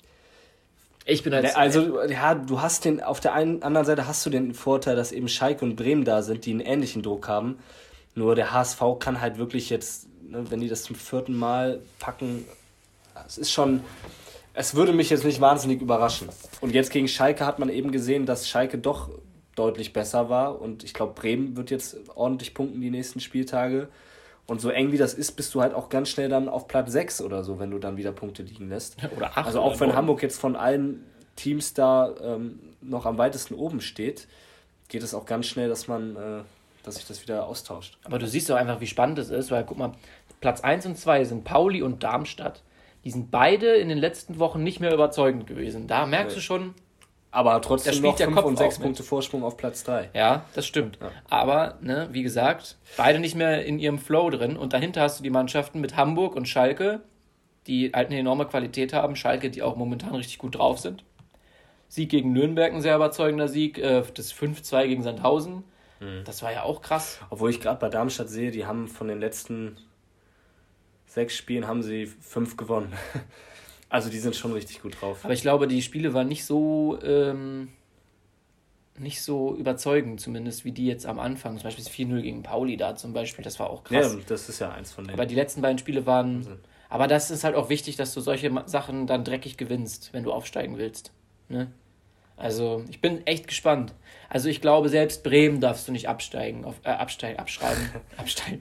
Ich bin als...
Also, ja, du hast den, auf der einen anderen Seite hast du den Vorteil, dass eben Schalke und Bremen da sind, die einen ähnlichen Druck haben. Nur der H S V kann halt wirklich jetzt, ne, wenn die das zum vierten Mal packen, es ist schon, es würde mich jetzt nicht wahnsinnig überraschen. Und jetzt gegen Schalke hat man eben gesehen, dass Schalke doch deutlich besser war. Und ich glaube, Bremen wird jetzt ordentlich punkten die nächsten Spieltage. Und so eng wie das ist, bist du halt auch ganz schnell dann auf Platz sechs oder so, wenn du dann wieder Punkte liegen lässt.
Oder acht
Also auch
oder
wenn
neun.
Hamburg jetzt von allen Teams da ähm, noch am weitesten oben steht, geht es auch ganz schnell, dass man, äh, dass sich das wieder austauscht.
Aber du siehst doch einfach, wie spannend es ist, weil guck mal, Platz eins und zwei sind Pauli und Darmstadt. Die sind beide in den letzten Wochen nicht mehr überzeugend gewesen. Da merkst
Nee.
du schon,
Aber
Da
trotzdem
spielt
noch
der
fünf
Kopf
und sechs
auch mit.
Punkte Vorsprung auf Platz drei.
ja, das stimmt.
Ja.
Aber, ne, wie gesagt, beide nicht mehr in ihrem Flow drin. Und dahinter hast du die Mannschaften mit Hamburg und Schalke, die halt eine enorme Qualität haben. Schalke, die auch momentan richtig gut drauf sind. Sieg gegen Nürnberg, ein sehr überzeugender Sieg. Äh, Das fünf zwei gegen Sandhausen. Das war ja auch krass.
Obwohl ich gerade bei Darmstadt sehe, die haben von den letzten sechs Spielen haben sie fünf gewonnen. Also die sind schon richtig gut drauf.
Aber ich glaube, die Spiele waren nicht so, ähm, nicht so überzeugend, zumindest wie die jetzt am Anfang. Zum Beispiel das vier null gegen Pauli da zum Beispiel, das war auch
Ja,
krass.
das ist ja eins von denen.
Aber die letzten beiden Spiele waren... Aber das ist halt auch wichtig, dass du solche Ma- Sachen dann dreckig gewinnst, wenn du aufsteigen willst. Ne? Also, ich bin echt gespannt. Also, ich glaube, selbst Bremen darfst du nicht absteigen, auf, äh, absteigen, abschreiben, absteigen.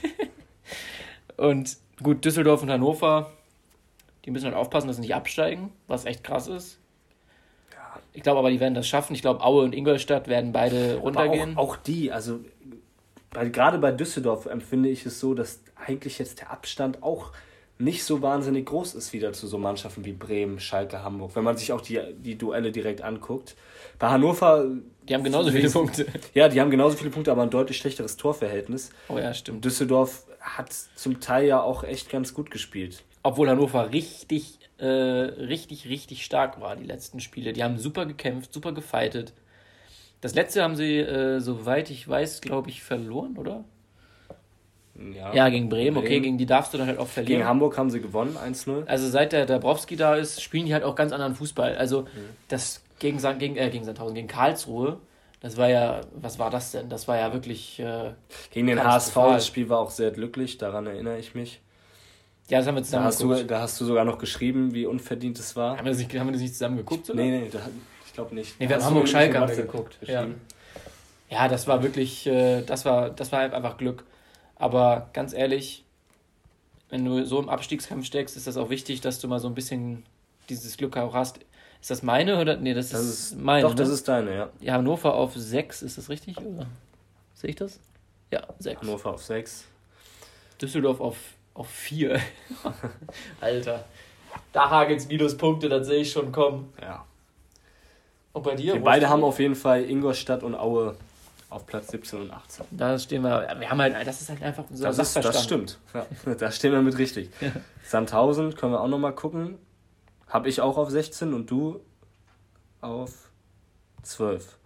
Und gut, Düsseldorf und Hannover, die müssen halt aufpassen, dass sie nicht absteigen, was echt krass ist. Ich glaube aber, die werden das schaffen. Ich glaube, Aue und Ingolstadt werden beide
Aber
runtergehen.
auch, auch die, also bei, gerade bei Düsseldorf empfinde ich es so, dass eigentlich jetzt der Abstand auch nicht so wahnsinnig groß ist wieder zu so Mannschaften wie Bremen, Schalke, Hamburg, wenn man sich auch die, die Duelle direkt anguckt. Bei Hannover...
Die haben genauso viele Punkte.
Ja, die haben genauso viele Punkte, aber ein deutlich schlechteres Torverhältnis.
Oh ja, stimmt.
Düsseldorf hat zum Teil ja auch echt ganz gut gespielt.
Obwohl Hannover richtig, äh, richtig, richtig stark war, die letzten Spiele. Die haben super gekämpft, super gefightet. Das letzte haben sie, äh, soweit ich weiß, glaube ich, verloren, oder?
Ja,
Ja, gegen Bremen. Okay, gegen die darfst du dann halt auch verlieren.
Gegen Hamburg haben sie gewonnen, eins null.
Also seit der Dabrowski da ist, spielen die halt auch ganz anderen Fußball. Also das gegen, San- gegen, äh, gegen Sandhausen, gegen Karlsruhe, das war ja, was war das denn? Das war ja wirklich... Äh,
Gegen den H S V,
katastrophal.
das Spiel war auch sehr glücklich, daran erinnere ich mich.
Ja, das haben wir
Da
zusammen
hast, du,
geguckt.
da hast du sogar noch geschrieben, wie unverdient es war.
Haben wir das nicht, haben wir das nicht zusammen geguckt, oder?
Nee, nee, da, ich glaube nicht.
Nee, wir haben
Hast du
Hamburg-Schalke
nicht
haben wir
gemacht,
geguckt. Ja.
geschrieben.
Ja, das war wirklich, äh, das war, das war halt einfach Glück. Aber ganz ehrlich, wenn du so im Abstiegskampf steckst, ist das auch wichtig, dass du mal so ein bisschen dieses Glück auch hast. Ist das meine oder? Nee, das,
Das
ist,
ist,
meine.
doch, das
ne?
ist deine, ja.
Ja, Hannover auf sechs, ist das richtig? Oder? Sehe ich das? Ja, sechs.
Hannover auf sechs.
Düsseldorf auf, auf vier. Alter. Da hagelt's Minuspunkte, das sehe ich schon kommen.
Ja.
Und bei dir?
Wir
Wo
beide
stehen
haben
wir?
auf jeden Fall Ingolstadt und Aue auf Platz siebzehn und achtzehn.
Da stehen wir. Wir haben halt, das ist halt einfach unser
Das, ist,
Sachverstand.
das stimmt. Ja, da stehen wir mit richtig. Sandhausen können wir auch nochmal gucken. Habe ich auch auf sechzehn und du auf zwölf.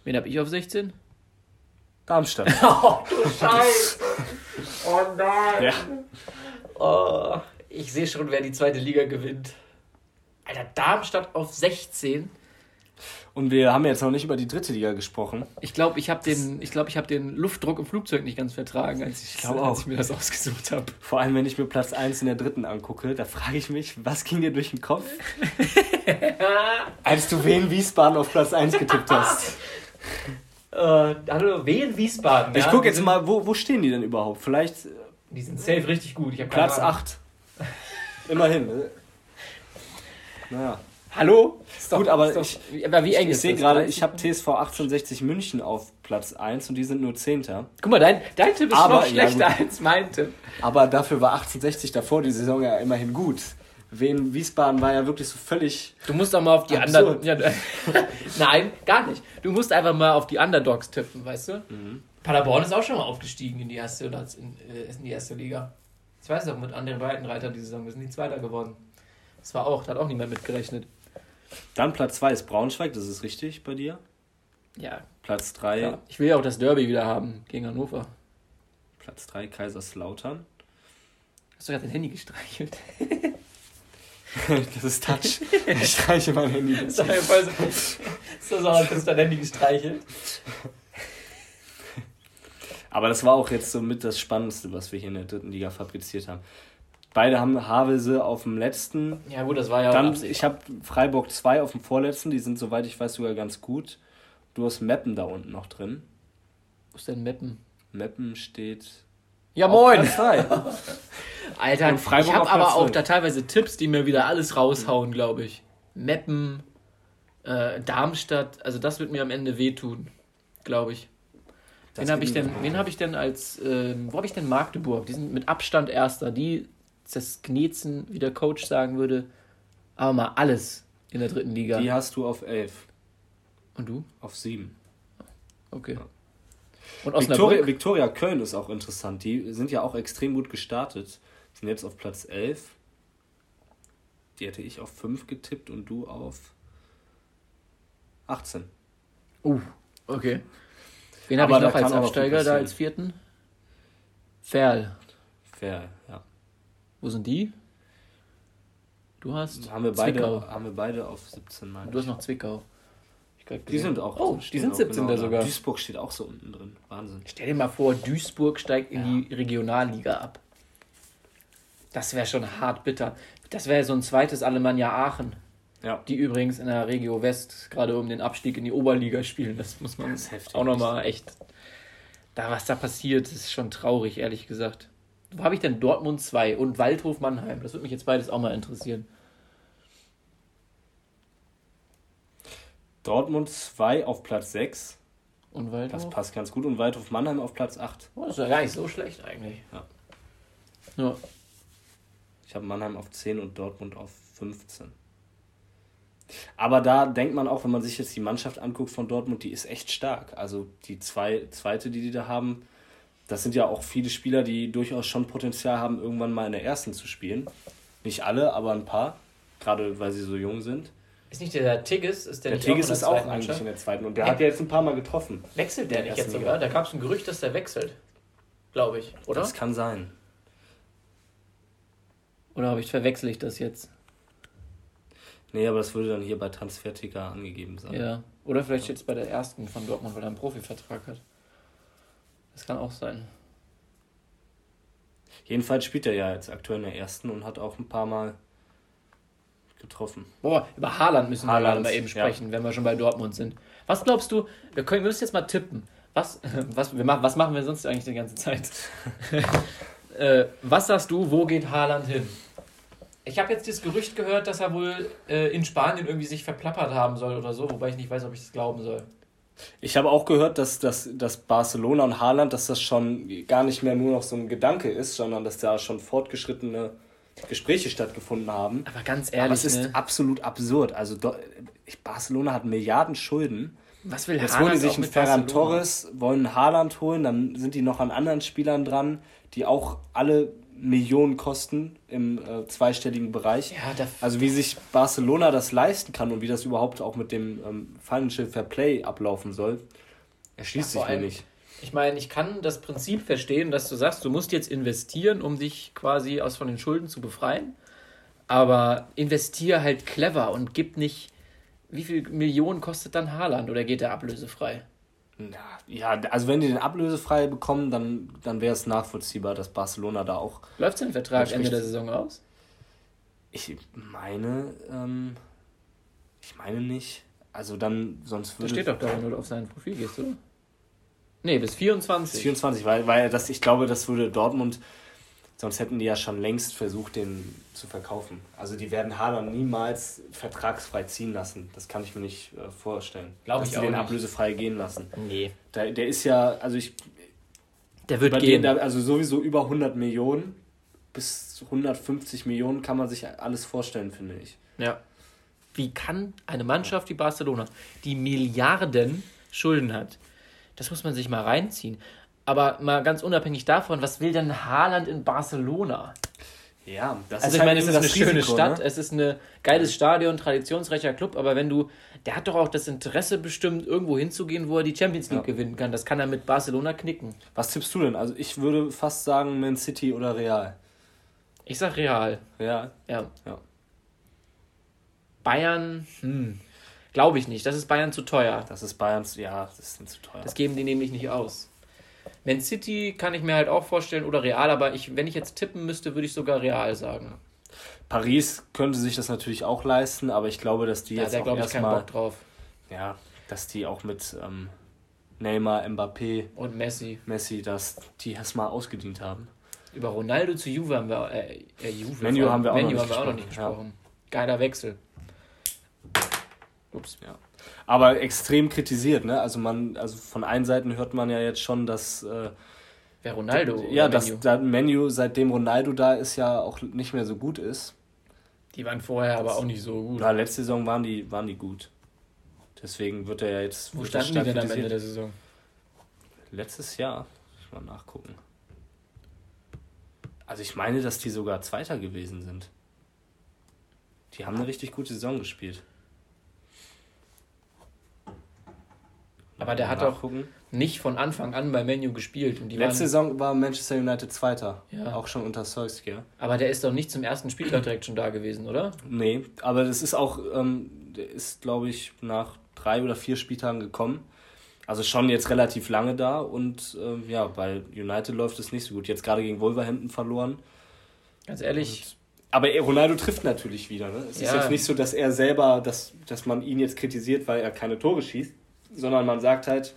Wen habe ich auf sechzehn?
Darmstadt.
Oh, du Scheiße. Oh nein.
Ja.
Oh, ich sehe schon, wer die zweite Liga gewinnt. Alter, Darmstadt auf sechzehn.
Und wir haben jetzt noch nicht über die dritte Liga gesprochen.
Ich glaube, ich habe den, ich glaub, ich hab den Luftdruck im Flugzeug nicht ganz vertragen, als ich,
glaub
als
auch.
ich mir das ausgesucht habe.
Vor allem, wenn ich mir Platz eins in der dritten angucke, da frage ich mich, was ging dir durch den Kopf, als du Wien Wiesbaden auf Platz eins getippt hast?
Äh, hallo, Wien Wiesbaden.
Ich
ja?
gucke
Die
jetzt
sind-
mal, wo, wo stehen die denn überhaupt? Vielleicht äh,
Die sind safe richtig gut. Ich hab keine
Platz
Ahnung.
acht. Immerhin. ne? Naja.
Hallo? Ist
Gut, aber
ist doch, aber wie eng
Ich
ist
sehe
das?
gerade,
dreißig?
ich habe T S V achtzehnhundertsechzig München auf Platz eins und die sind nur Zehnter.
Guck mal, dein, dein Tipp ist
Aber,
noch
ja,
schlechter
gut.
als mein Tipp.
Aber dafür war achtzehnhundertsechzig davor die Saison ja immerhin gut. Wien Wiesbaden war ja wirklich so völlig...
Du musst doch mal auf die
Absurd.
Underdogs. Ja, nein, gar nicht. Du musst einfach mal auf die Underdogs tippen, weißt du?
Mhm.
Paderborn ist auch schon mal aufgestiegen in die erste, oder in, äh, in die erste Liga. Ich weiß noch, mit anderen Breitenreiter die Saison. Wir sind die Zweiter geworden. Das war auch, da hat auch niemand mitgerechnet.
Dann Platz zwei ist Braunschweig, das ist richtig bei dir.
Ja,
Platz drei,
klar. Ich will ja auch das Derby wieder haben gegen Hannover.
Platz drei Kaiserslautern.
Hast du gerade dein Handy gestreichelt?
Das ist Touch. Ich streiche mein Handy.
Das ist doch voll so, ist doch so, als hättest du dein Handy gestreichelt.
Aber das war auch jetzt so mit das Spannendste, was wir hier in der dritten Liga fabriziert haben. Beide haben Havelse auf dem letzten.
Ja gut, das war ja auch
Dann,
absehbar.
ich habe Freiburg zwei auf dem vorletzten, die sind, soweit ich weiß, sogar ganz gut. Du hast Meppen da unten noch drin.
Wo ist denn Meppen?
Meppen steht
Ja
auf
moin!
Platz drei.
Alter,
Und Freiburg
ich habe
auf
aber
Platz
auch
fünf.
da teilweise Tipps, die mir wieder alles raushauen, glaube ich. Meppen, äh, Darmstadt, also das wird mir am Ende wehtun, glaube ich.
Das
Wen habe ich
geht
denn,
mir
wen habe ich denn als, ähm, wo habe ich denn Magdeburg? Die sind mit Abstand Erster. Die, das Knetzen, wie der Coach sagen würde, aber mal alles in der dritten Liga.
Die hast du auf elf.
Und du?
Auf sieben.
Okay.
Ja.
Und
Victoria,
Osnabrück?
Victoria Köln ist auch interessant. Die sind ja auch extrem gut gestartet. Sind jetzt auf Platz elf. Die hätte ich auf fünf getippt und du auf achtzehn.
Uh, okay. Wen habe
Aber
ich noch
da
als
kann auch noch viel
Absteiger da
passieren.
als vierten? Ferl.
Fair, ja.
Wo sind die? Du hast
Haben wir beide,
Zwickau.
haben wir beide auf siebzehn, meine
Du hast
ich.
noch Zwickau. Ich grad
Die
gesehen.
sind auch.
Oh, die
stehen
sind
auch
siebzehn
genau
da sogar.
Duisburg steht auch so unten drin. Wahnsinn.
Stell dir mal vor, Duisburg steigt in die Regionalliga ab. Das wäre schon hart bitter. Das wäre so ein zweites Alemannia Aachen,
Ja.
die übrigens in der Regio West gerade um den Abstieg in die Oberliga spielen. Das muss man
Das ist heftig.
auch nochmal echt... Da, was da passiert, ist schon traurig, ehrlich gesagt. Wo habe ich denn Dortmund zwei und Waldhof Mannheim? Das würde mich jetzt beides auch mal interessieren.
Dortmund zwei auf Platz sechs.
Und
Das
Waldhof?
passt ganz gut. Und Waldhof Mannheim auf Platz acht.
Oh, das ist ja gar nicht so schlecht eigentlich.
Ja.
Ja.
Ich habe Mannheim auf zehn und Dortmund auf fünfzehn. Aber da denkt man auch, wenn man sich jetzt die Mannschaft anguckt von Dortmund, die ist echt stark. Also die zwei, zweite, die die da haben, das sind ja auch viele Spieler, die durchaus schon Potenzial haben, irgendwann mal in der ersten zu spielen. Nicht alle, aber ein paar. Gerade weil sie so jung sind.
Ist nicht der Tigges? Ist der,
Der
nicht
Tigges
in der
ist auch
zweiten
eigentlich
Mannschaft?
in der zweiten. Und der
Hä?
hat ja jetzt ein paar Mal getroffen.
Wechselt der
In der
nicht jetzt
ersten
sogar?
Liga.
Da gab es ein Gerücht, dass der wechselt. Glaube ich, oder?
Das kann sein.
Oder habe ich verwechsel ich das jetzt?
Nee, aber das würde dann hier bei Transferticker angegeben sein.
Ja. Oder vielleicht steht es bei der ersten von Dortmund, weil er einen Profivertrag hat. Das kann auch sein.
Jedenfalls spielt er ja jetzt aktuell in der ersten und hat auch ein paar Mal getroffen.
Boah, über Haaland müssen wir
Haaland,
gerade mal eben
ja.
sprechen, wenn wir schon bei Dortmund sind. Was glaubst du, wir, können, wir müssen jetzt mal tippen. Was, was, wir machen, was machen wir sonst eigentlich die ganze Zeit? äh, was sagst du, wo geht Haaland hin? Ich habe jetzt das Gerücht gehört, dass er wohl äh, in Spanien irgendwie sich verplappert haben soll oder so, wobei ich nicht weiß, ob ich das glauben soll.
Ich habe auch gehört, dass, dass, dass Barcelona und Haaland, dass das schon gar nicht mehr nur noch so ein Gedanke ist, sondern dass da schon fortgeschrittene Gespräche stattgefunden haben.
Aber ganz
Aber
ehrlich,
es ist
ne?
absolut absurd. Also do- ich- Barcelona hat Milliarden Schulden.
Was will
Jetzt
Haaland
holen die sich
auch
einen
mit
Ferran
Barcelona?
Torres, wollen einen Haaland holen, dann sind die noch an anderen Spielern dran, die auch alle Millionen kosten im äh, zweistelligen Bereich.
Ja, da
also wie sich Barcelona das leisten kann und wie das überhaupt auch mit dem ähm, Financial Fair Play ablaufen soll, erschließt
ja,
sich mir
allem,
nicht.
Ich meine, ich kann das Prinzip verstehen, dass du sagst, du musst jetzt investieren, um dich quasi aus von den Schulden zu befreien. Aber investier halt clever und gib nicht, wie viel Millionen kostet dann Haaland oder geht der ablösefrei?
Ja, also wenn die den ablösefrei bekommen, dann, dann wäre es nachvollziehbar, dass Barcelona da auch...
Läuft sein Vertrag Ende der Saison aus?
Ich meine, ähm, ich meine nicht. Also dann, sonst würde...
Das steht doch da, wenn du auf sein Profil gehst, oder? Nee, bis vierundzwanzig.
Bis vierundzwanzig, weil, weil das, ich glaube, das würde Dortmund... Sonst hätten die ja schon längst versucht, den zu verkaufen. Also die werden Haaland niemals vertragsfrei ziehen lassen. Das kann ich mir nicht äh, vorstellen.
Glaube
ich
ich
auch
den
nicht. ablösefrei gehen lassen.
Nee.
Der, der ist ja, also ich...
Der wird gehen.
Den, also sowieso über hundert Millionen bis hundertfünfzig Millionen kann man sich alles vorstellen, finde ich.
Ja. Wie kann eine Mannschaft wie Barcelona, die Milliarden Schulden hat, das muss man sich mal reinziehen. Aber mal ganz unabhängig davon, was will denn Haaland in Barcelona?
Ja, das
also
ist
ich
halt
meine, es ist
das
eine
Risiko,
schöne Stadt,
ne?
Es ist ein geiles Stadion, traditionsreicher Club, aber wenn du, der hat doch auch das Interesse bestimmt, irgendwo hinzugehen, wo er die Champions League ja. gewinnen kann. Das kann er mit Barcelona knicken.
Was tippst du denn? Also ich würde fast sagen Man City oder Real.
Ich sag Real.
Ja.
Ja.
ja.
Bayern, hm, glaube ich nicht. Das ist Bayern zu teuer.
Das ist Bayern, ja, das ist zu teuer.
Das geben die nämlich nicht aus. Man City kann ich mir halt auch vorstellen oder Real, aber ich, wenn ich jetzt tippen müsste, würde ich sogar Real sagen.
Paris könnte sich das natürlich auch leisten, aber ich glaube, dass die
ja,
jetzt
da
auch
glaube ich keinen
erstmal...
Bock drauf.
Ja, dass die auch mit ähm, Neymar, Mbappé
und Messi,
Messi, dass die erstmal ausgedient haben.
Über Ronaldo zu Juve haben wir, äh, äh Juve
Menu haben wir auch,
Menu
noch,
haben
nicht
wir auch noch nicht gesprochen. Ja. Geiler Wechsel.
Ups. Ja. Aber extrem kritisiert, ne? Also man, also von allen Seiten hört man ja jetzt schon, dass äh,
wer Ronaldo?
D- ja, dass da Menu, seitdem Ronaldo da ist, ja auch nicht mehr so gut ist.
Die waren vorher aber auch nicht so gut.
Ja, letzte Saison waren die, waren die gut. Deswegen wird er ja jetzt...
Wo standen die denn am Ende der Saison?
Letztes Jahr. Ich mal nachgucken. Also ich meine, dass die sogar Zweiter gewesen sind. Die haben eine richtig gute Saison gespielt.
Aber der hat doch nicht von Anfang an bei Man U gespielt. Und die
Letzte
waren...
Saison war Manchester United Zweiter.
Ja.
Auch schon unter Solskjaer.
Aber der ist doch nicht zum ersten Spieltag direkt schon da gewesen, oder?
Nee, aber das ist auch... Ähm, der ist, glaube ich, nach drei oder vier Spieltagen gekommen. Also schon jetzt relativ lange da. Und ähm, ja, bei United läuft es nicht so gut. Jetzt gerade gegen Wolverhampton verloren.
Ganz ehrlich...
Und, aber Ronaldo trifft natürlich wieder. Ne? Es
ja.
ist jetzt nicht so, dass er selber... Dass, dass man ihn jetzt kritisiert, weil er keine Tore schießt. Sondern man sagt halt,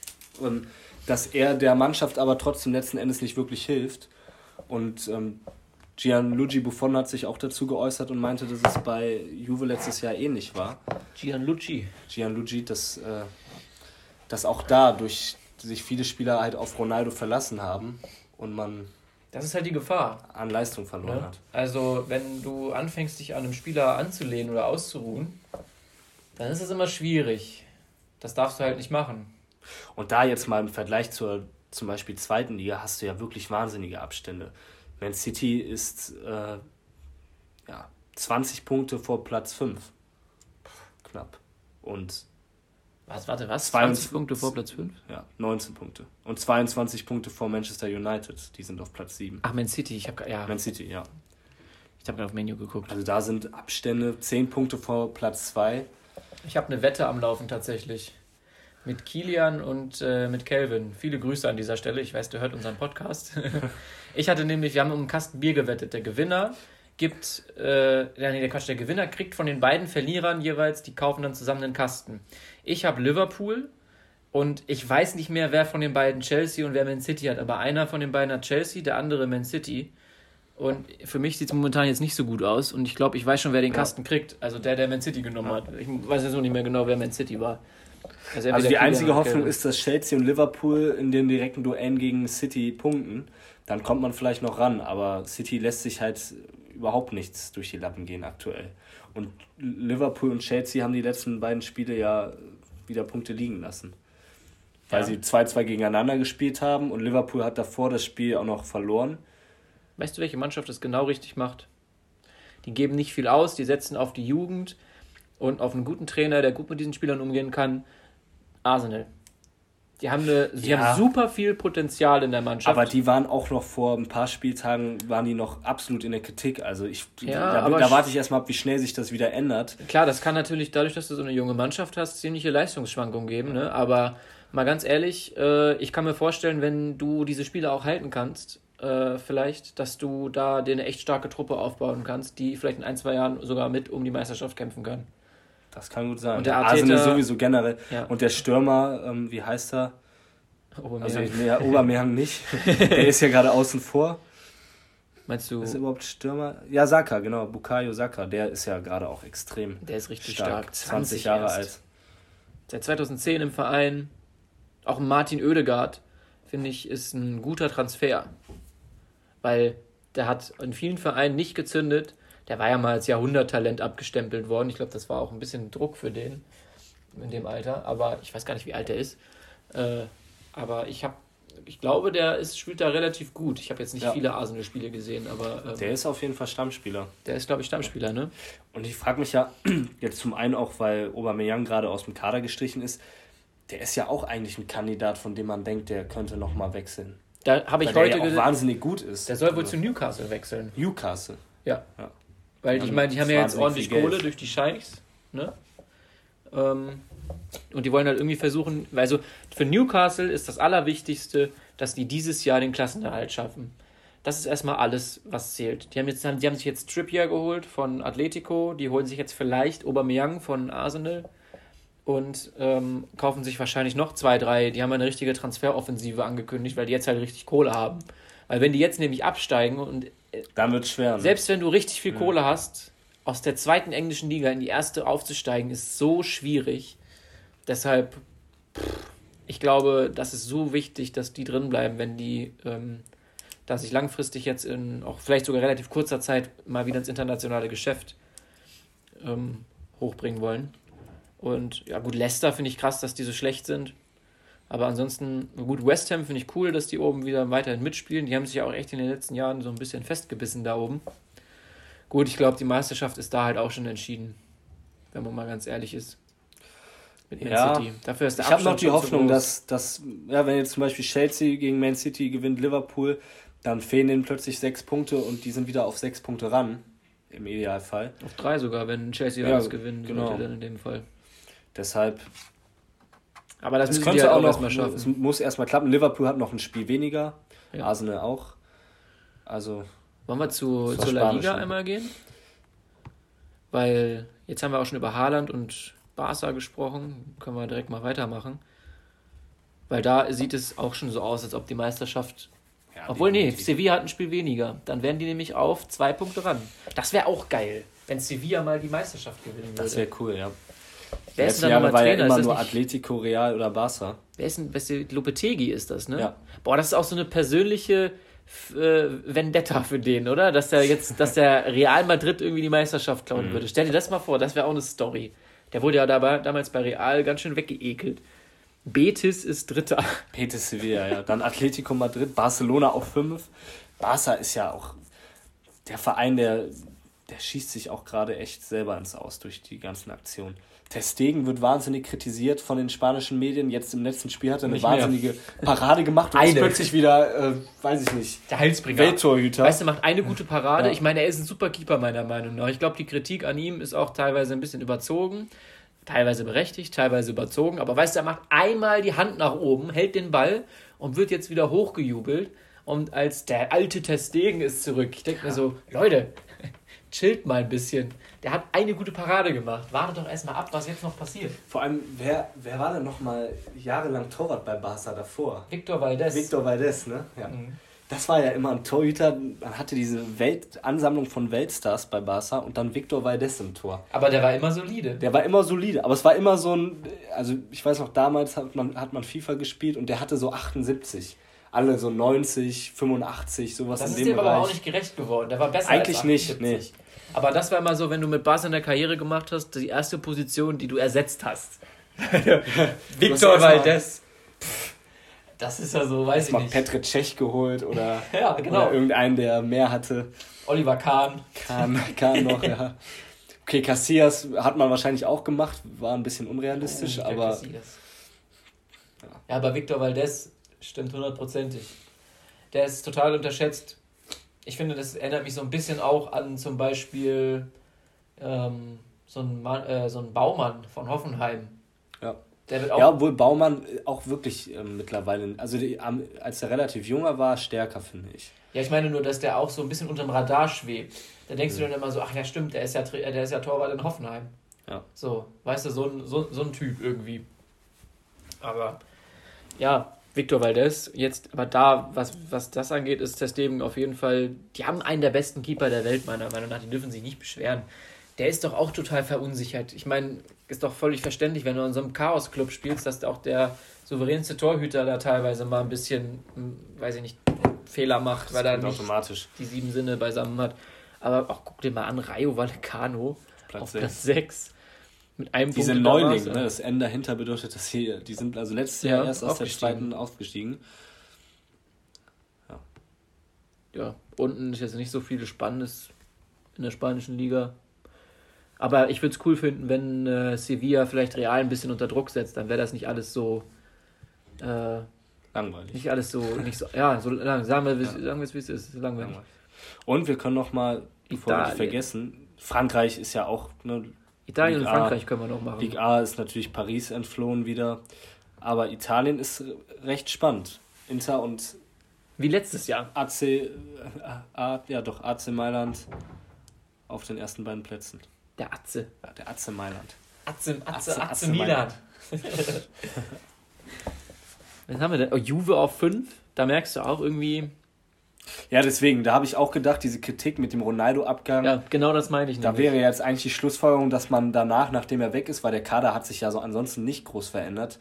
dass er der Mannschaft aber trotzdem letzten Endes nicht wirklich hilft. Und ähm, Gianluigi Buffon hat sich auch dazu geäußert und meinte, dass es bei Juve letztes Jahr ähnlich war.
Gianluigi.
Gianluigi, dass, äh, dass auch da durch sich viele Spieler halt auf Ronaldo verlassen haben und man
das ist halt die Gefahr.
An Leistung verloren
ja?
hat.
Also wenn du anfängst, dich an einem Spieler anzulehnen oder auszuruhen, dann ist es immer schwierig. Das darfst du halt nicht machen.
Und da jetzt mal im Vergleich zur zum Beispiel zweiten Liga hast du ja wirklich wahnsinnige Abstände. Man City ist äh, ja, zwanzig Punkte vor Platz fünf. Knapp. Und
was, warte, was? zwanzig Punkte vor Platz fünf?
Ja, neunzehn Punkte. Und zweiundzwanzig Punkte vor Manchester United. Die sind auf Platz sieben.
Ach, Man City, ich habe ja.
Man City, ja.
Ich habe gerade auf Menu geguckt.
Also da sind Abstände zehn Punkte vor Platz zwei.
Ich habe eine Wette am Laufen tatsächlich. Mit Kilian und äh, mit Kelvin. Viele Grüße an dieser Stelle. Ich weiß, der hört unseren Podcast. Ich hatte nämlich, wir haben um einen Kasten Bier gewettet. Der Gewinner gibt, äh, nee, der Quatsch, der Gewinner kriegt von den beiden Verlierern jeweils, die kaufen dann zusammen einen Kasten. Ich habe Liverpool und ich weiß nicht mehr, wer von den beiden Chelsea und wer Man City hat. Aber einer von den beiden hat Chelsea, der andere Man City. Und für mich sieht es momentan jetzt nicht so gut aus. Und ich glaube, ich weiß schon, wer den Kasten ja. kriegt. Also der, der Man City genommen ja. hat. Ich weiß jetzt noch nicht mehr genau, wer Man City war.
Also, also die einzige Hoffnung ist, dass Chelsea und Liverpool in den direkten Duellen gegen City punkten. Dann kommt man vielleicht noch ran. Aber City lässt sich halt überhaupt nichts durch die Lappen gehen aktuell. Und Liverpool und Chelsea haben die letzten beiden Spiele ja wieder Punkte liegen lassen. Weil ja. sie zwei zwei gegeneinander gespielt haben. Und Liverpool hat davor das Spiel auch noch verloren.
Weißt du, welche Mannschaft das genau richtig macht? Die geben nicht viel aus, die setzen auf die Jugend und auf einen guten Trainer, der gut mit diesen Spielern umgehen kann. Arsenal. Die haben, eine, die
Ja.
haben super viel Potenzial in der Mannschaft.
Aber die waren auch noch vor ein paar Spieltagen, waren die noch absolut in der Kritik. Also ich,
Ja,
da,
aber
da
sch-
warte ich erstmal ab, wie schnell sich das wieder ändert.
Klar, das kann natürlich dadurch, dass du so eine junge Mannschaft hast, ziemliche Leistungsschwankungen geben. Ne? Aber mal ganz ehrlich, äh, ich kann mir vorstellen, wenn du diese Spiele auch halten kannst, äh, vielleicht, dass du da dir eine echt starke Truppe aufbauen kannst, die vielleicht in ein, zwei Jahren sogar mit um die Meisterschaft kämpfen kann.
Das kann gut sein.
Und der
Arsenal
Arteta-
sowieso generell.
Ja.
Und der Stürmer, ähm, wie heißt er?
Aubameyang.
Also nee, Aubameyang nicht. Der ist ja gerade außen vor.
Meinst du,
Ist er überhaupt Stürmer? Ja, Saka, genau. Bukayo Saka. Der ist ja gerade auch extrem
der ist richtig
stark.
stark.
zwanzig Jahre
erst.
alt.
Seit zweitausendzehn im Verein. Auch Martin Oedegaard, finde ich, ist ein guter Transfer. Weil der hat in vielen Vereinen nicht gezündet. Der war ja mal als Jahrhunderttalent abgestempelt worden. Ich glaube, das war auch ein bisschen Druck für den in dem Alter. Aber ich weiß gar nicht, wie alt er ist. Äh, aber ich habe, ich glaube, der ist, spielt da relativ gut. Ich habe jetzt nicht
Ja.
viele Arsenal-Spiele gesehen, aber ähm,
Der ist auf jeden Fall Stammspieler.
der ist, glaube ich, Stammspieler, ne?
Und ich frage mich ja, jetzt zum einen auch, weil Aubameyang gerade aus dem Kader gestrichen ist, der ist ja auch eigentlich ein Kandidat, von dem man denkt, der könnte nochmal wechseln.
Da habe ich
Weil
heute
der ja auch
gesehen,
wahnsinnig gut ist.
der soll wohl
Also,
zu Newcastle wechseln.
Newcastle.
Ja.
Ja.
Weil
Die
ich
haben
meine, die haben ja jetzt
wahnsinnig
ordentlich
viel Geld.
Kohle durch die Scheichs, ne? Ähm, und die wollen halt irgendwie versuchen, also für Newcastle ist das Allerwichtigste, dass die dieses Jahr den Klassenerhalt schaffen. Das ist erstmal alles, was zählt. Die haben, jetzt, die haben sich jetzt Trippier geholt von Atletico, die holen sich jetzt vielleicht Aubameyang von Arsenal und ähm, kaufen sich wahrscheinlich noch zwei, drei. Die haben eine richtige Transferoffensive angekündigt, weil die jetzt halt richtig Kohle haben. Weil wenn die jetzt nämlich absteigen und
Dann wird es schwer. Ne?
selbst wenn du richtig viel Kohle hast, aus der zweiten englischen Liga in die erste aufzusteigen, ist so schwierig. Deshalb, pff, ich glaube, das ist so wichtig, dass die drin bleiben, wenn die ähm, da sich langfristig jetzt in auch vielleicht sogar relativ kurzer Zeit mal wieder ins internationale Geschäft ähm, hochbringen wollen. Und ja gut, Leicester finde ich krass, dass die so schlecht sind. Aber ansonsten, gut, West Ham finde ich cool, dass die oben wieder weiterhin mitspielen. Die haben sich ja auch echt in den letzten Jahren so ein bisschen festgebissen da oben. Gut, ich glaube, die Meisterschaft ist da halt auch schon entschieden, wenn man mal ganz ehrlich ist. Mit Man
Ja,
City. Dafür ist der
Ich habe noch
Abstand
die
schon zu
Hoffnung,
groß.
dass, dass ja, wenn jetzt zum Beispiel Chelsea gegen Man City gewinnt, Liverpool, dann fehlen denen plötzlich sechs Punkte und die sind wieder auf sechs Punkte ran, im Idealfall.
Auf drei sogar, wenn Chelsea
Ja,
alles gewinnen
genau.
sollte dann in dem Fall.
Deshalb,
Aber das
es
müssen die
könnte
halt
auch
auch
noch,
erstmal
es
schaffen.
muss erstmal klappen. Liverpool hat noch ein Spiel weniger,
Ja.
Arsenal auch. Also,
Wollen wir zu,
Das war
zu La
Spanisch,
Liga
ne?
einmal gehen? Weil jetzt haben wir auch schon über Haaland und Barca gesprochen. Können wir direkt mal weitermachen. Weil da sieht es auch schon so aus, als ob die Meisterschaft...
ja,
Obwohl, nee,
definitiv.
Sevilla hat ein Spiel weniger. Dann wären die nämlich auf zwei Punkte ran. Das wäre auch geil, wenn Sevilla mal die Meisterschaft gewinnen würde.
Das wäre cool, ja.
Wer
Die
ist denn
letzten
da
Jahre
nochmal
war ja
Trainer?
immer
Ist das
nur
nicht-
Atletico, Real oder Barca.
Wer ist denn, wer ist der- Lopetegui ist das, ne?
Ja.
Boah, das ist auch so eine persönliche f- äh, Vendetta für den, oder? Dass der jetzt, dass der Real Madrid irgendwie die Meisterschaft klauen
Mhm.
würde. Stell dir das mal vor, das wäre auch eine Story. Der wurde ja dabei, damals bei Real ganz schön weggeekelt. Betis ist Dritter.
Betis Sevilla, ja. Dann Atletico Madrid, Barcelona auf fünf. Barca ist ja auch der Verein, der, der schießt sich auch gerade echt selber ins Aus durch die ganzen Aktionen. Ter Stegen wird wahnsinnig kritisiert von den spanischen Medien. Jetzt im letzten Spiel hat er eine
Nicht mehr.
wahnsinnige Parade gemacht und ist
Eine.
plötzlich wieder, äh, weiß ich nicht,
Der Heilsbringer.
Welttorhüter.
Weißt du, macht eine gute Parade.
Ja.
Ich meine, er ist ein super Keeper, meiner Meinung nach. Ich glaube, die Kritik an ihm ist auch teilweise ein bisschen überzogen. Teilweise berechtigt, teilweise überzogen. Aber weißt du, er macht einmal die Hand nach oben, hält den Ball und wird jetzt wieder hochgejubelt. Und als der alte Ter Stegen ist zurück. Ich denke mir so, Leute, chillt mal ein bisschen. Der hat eine gute Parade gemacht. Wartet doch erstmal ab, was jetzt noch passiert.
Vor allem, wer, wer war denn noch mal jahrelang Torwart bei Barca davor?
Victor Valdés.
Victor Valdés, ne? Ja.
Mhm.
Das war ja immer ein Torhüter. Man hatte diese Welt Ansammlung von Weltstars bei Barca und dann Victor Valdés im Tor.
Aber der war immer solide.
Der war immer solide, aber es war immer so ein, also ich weiß noch, damals hat man, hat man FIFA gespielt und der hatte so achtundsiebzig. Alle so neunzig, fünfundachtzig, sowas
Das
in
ist
dem
dem aber auch
Bereich.
nicht gerecht geworden. Der war besser
Eigentlich
als
nicht,
achtundsiebzig. Aber das war immer so, wenn du mit Barca in der Karriere gemacht hast, die erste Position, die du ersetzt hast. Victor
erst mal-
Valdés. Das ist ja so, weiß ich
mal
nicht.
Petr Cech geholt oder,
ja, genau.
oder irgendeinen, der mehr hatte.
Oliver Kahn.
Kahn, Kahn noch, ja. Okay, Casillas hat man wahrscheinlich auch gemacht, war ein bisschen unrealistisch,
Oh,
aber...
Casillas. Ja, aber Victor Valdés stimmt hundertprozentig. Der ist total unterschätzt. Ich finde, das erinnert mich so ein bisschen auch an zum Beispiel ähm, so einen Mann, äh, so einen Baumann von Hoffenheim.
Ja.
Der wird auch
Ja, obwohl Baumann auch wirklich ähm, mittlerweile, also die, am, als er relativ junger war, stärker, finde ich.
Ja, ich meine nur, dass der auch so ein bisschen unterm Radar schwebt. Da denkst mhm. du dann immer so, ach ja stimmt, der ist ja, der ist ja Torwart in Hoffenheim.
Ja.
So, weißt du, so ein, so, so ein Typ irgendwie. Aber ja, Victor Valdés, jetzt, aber da, was, was das angeht, ist Ter Stegen auf jeden Fall, die haben einen der besten Keeper der Welt, meiner Meinung nach, die dürfen sich nicht beschweren. Der ist doch auch total verunsichert. Ich meine, ist doch völlig verständlich, wenn du in so einem Chaos-Club spielst, dass auch der souveränste Torhüter da teilweise mal ein bisschen, weiß ich nicht, Fehler macht, das weil er nicht
automatisch.
Die sieben Sinne beisammen hat. Aber auch guck dir mal an, Rayo Vallecano
Platz
auf Platz sechs. Mit einem
Diese
Punkt.
Neuling, ne, das N dahinter bedeutet, dass sie, die sind also letztes Jahr
ja,
erst aus der zweiten aufgestiegen.
Ja. Ja, unten ist jetzt nicht so viel Spannendes in der spanischen Liga. Aber ich würde es cool finden, wenn äh, Sevilla vielleicht Real ein bisschen unter Druck setzt, dann wäre das nicht alles so äh,
langweilig.
Nicht alles so, nicht so, ja, so lang, sagen wir, ja. sagen wir es, wie es ist, langweilig. langweilig.
Und wir können noch mal, bevor wir das vergessen, Frankreich ist ja auch, ne,
Italien Ligue und Frankreich A, können wir noch machen.
Ligue A ist natürlich Paris entflohen wieder, aber Italien ist recht spannend. Inter und
wie letztes Jahr.
A C, A, ja doch, A C Mailand auf den ersten beiden Plätzen.
Der Atze.
Ja, der Atze Mailand.
Atze, Atze, Atze, Atze Milan. Was haben wir denn? Oh, Juve auf fünf. Da merkst du auch irgendwie...
Ja, deswegen, da habe ich auch gedacht, diese Kritik mit dem Ronaldo-Abgang.
Ja, genau das meine ich.
Da
nämlich.
wäre jetzt eigentlich die Schlussfolgerung, dass man danach, nachdem er weg ist, weil der Kader hat sich ja so ansonsten nicht groß verändert.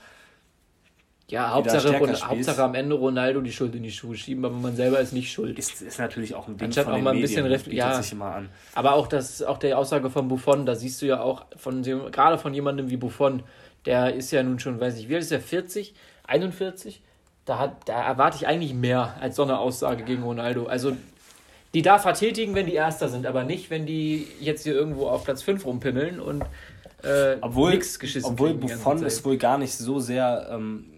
Ja, Hauptsache, Hauptsache am Ende Ronaldo die Schuld in die Schuhe schieben, aber man selber ist nicht schuld.
Ist, ist natürlich auch ein Ding
Anstatt
von
auch
den
mal ein
Medien,
bisschen ref- ja,
sich immer an.
Aber auch das, auch der Aussage von Buffon, da siehst du ja auch von dem, gerade von jemandem wie Buffon, der ist ja nun schon, weiß ich, wie alt ist der, vierzig, einundvierzig? Da, hat, da erwarte ich eigentlich mehr als so eine Aussage gegen Ronaldo. Also die darf er tätigen, wenn die Erster sind, aber nicht, wenn die jetzt hier irgendwo auf Platz fünf rumpimmeln und äh,
obwohl,
nichts geschissen
Obwohl Buffon es wohl gar nicht so sehr ähm,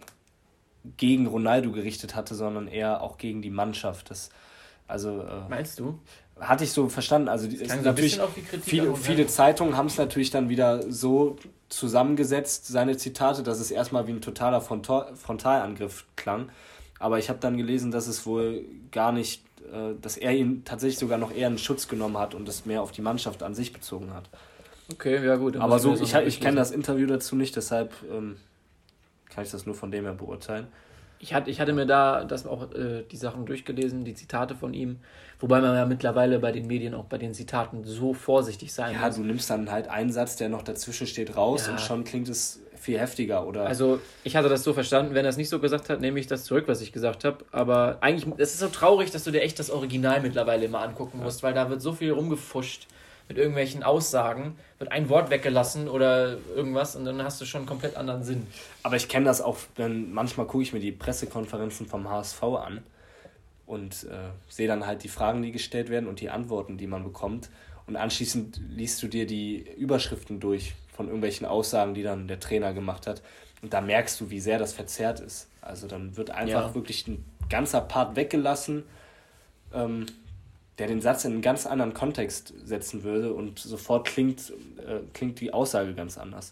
gegen Ronaldo gerichtet hatte, sondern eher auch gegen die Mannschaft. Das, also, äh,
meinst du?
Hatte ich so verstanden. Also ist
so
natürlich viele, viele Zeitungen haben es natürlich dann wieder so zusammengesetzt, seine Zitate, dass es erstmal wie ein totaler Frontal- Frontalangriff klang. Aber ich habe dann gelesen, dass es wohl gar nicht, äh, dass er ihn tatsächlich sogar noch eher in Schutz genommen hat und es mehr auf die Mannschaft an sich bezogen hat.
Okay, ja gut.
Aber so, ich, ich kenne das Interview dazu nicht, deshalb ähm, kann ich das nur von dem her beurteilen.
Ich hatte, ich hatte mir da das auch äh, die Sachen durchgelesen, die Zitate von ihm, wobei man ja mittlerweile bei den Medien auch bei den Zitaten so vorsichtig sein
ja,
muss.
Ja, du nimmst dann halt einen Satz, der noch dazwischen steht, raus ja. und schon klingt es viel heftiger, oder?
Also ich hatte das so verstanden, wenn er es nicht so gesagt hat, nehme ich das zurück, was ich gesagt habe, aber eigentlich, es ist so traurig, dass du dir echt das Original mittlerweile immer angucken musst, ja. weil da wird so viel rumgefuscht mit irgendwelchen Aussagen, wird ein Wort weggelassen oder irgendwas und dann hast du schon einen komplett anderen Sinn.
Aber ich kenne das auch, wenn manchmal gucke ich mir die Pressekonferenzen vom H S V an und äh, sehe dann halt die Fragen, die gestellt werden und die Antworten, die man bekommt. Und anschließend liest du dir die Überschriften durch von irgendwelchen Aussagen, die dann der Trainer gemacht hat. Und da merkst du, wie sehr das verzerrt ist. Also dann wird einfach ja. wirklich ein ganzer Part weggelassen, ähm, der den Satz in einen ganz anderen Kontext setzen würde und sofort klingt, äh, klingt die Aussage ganz anders.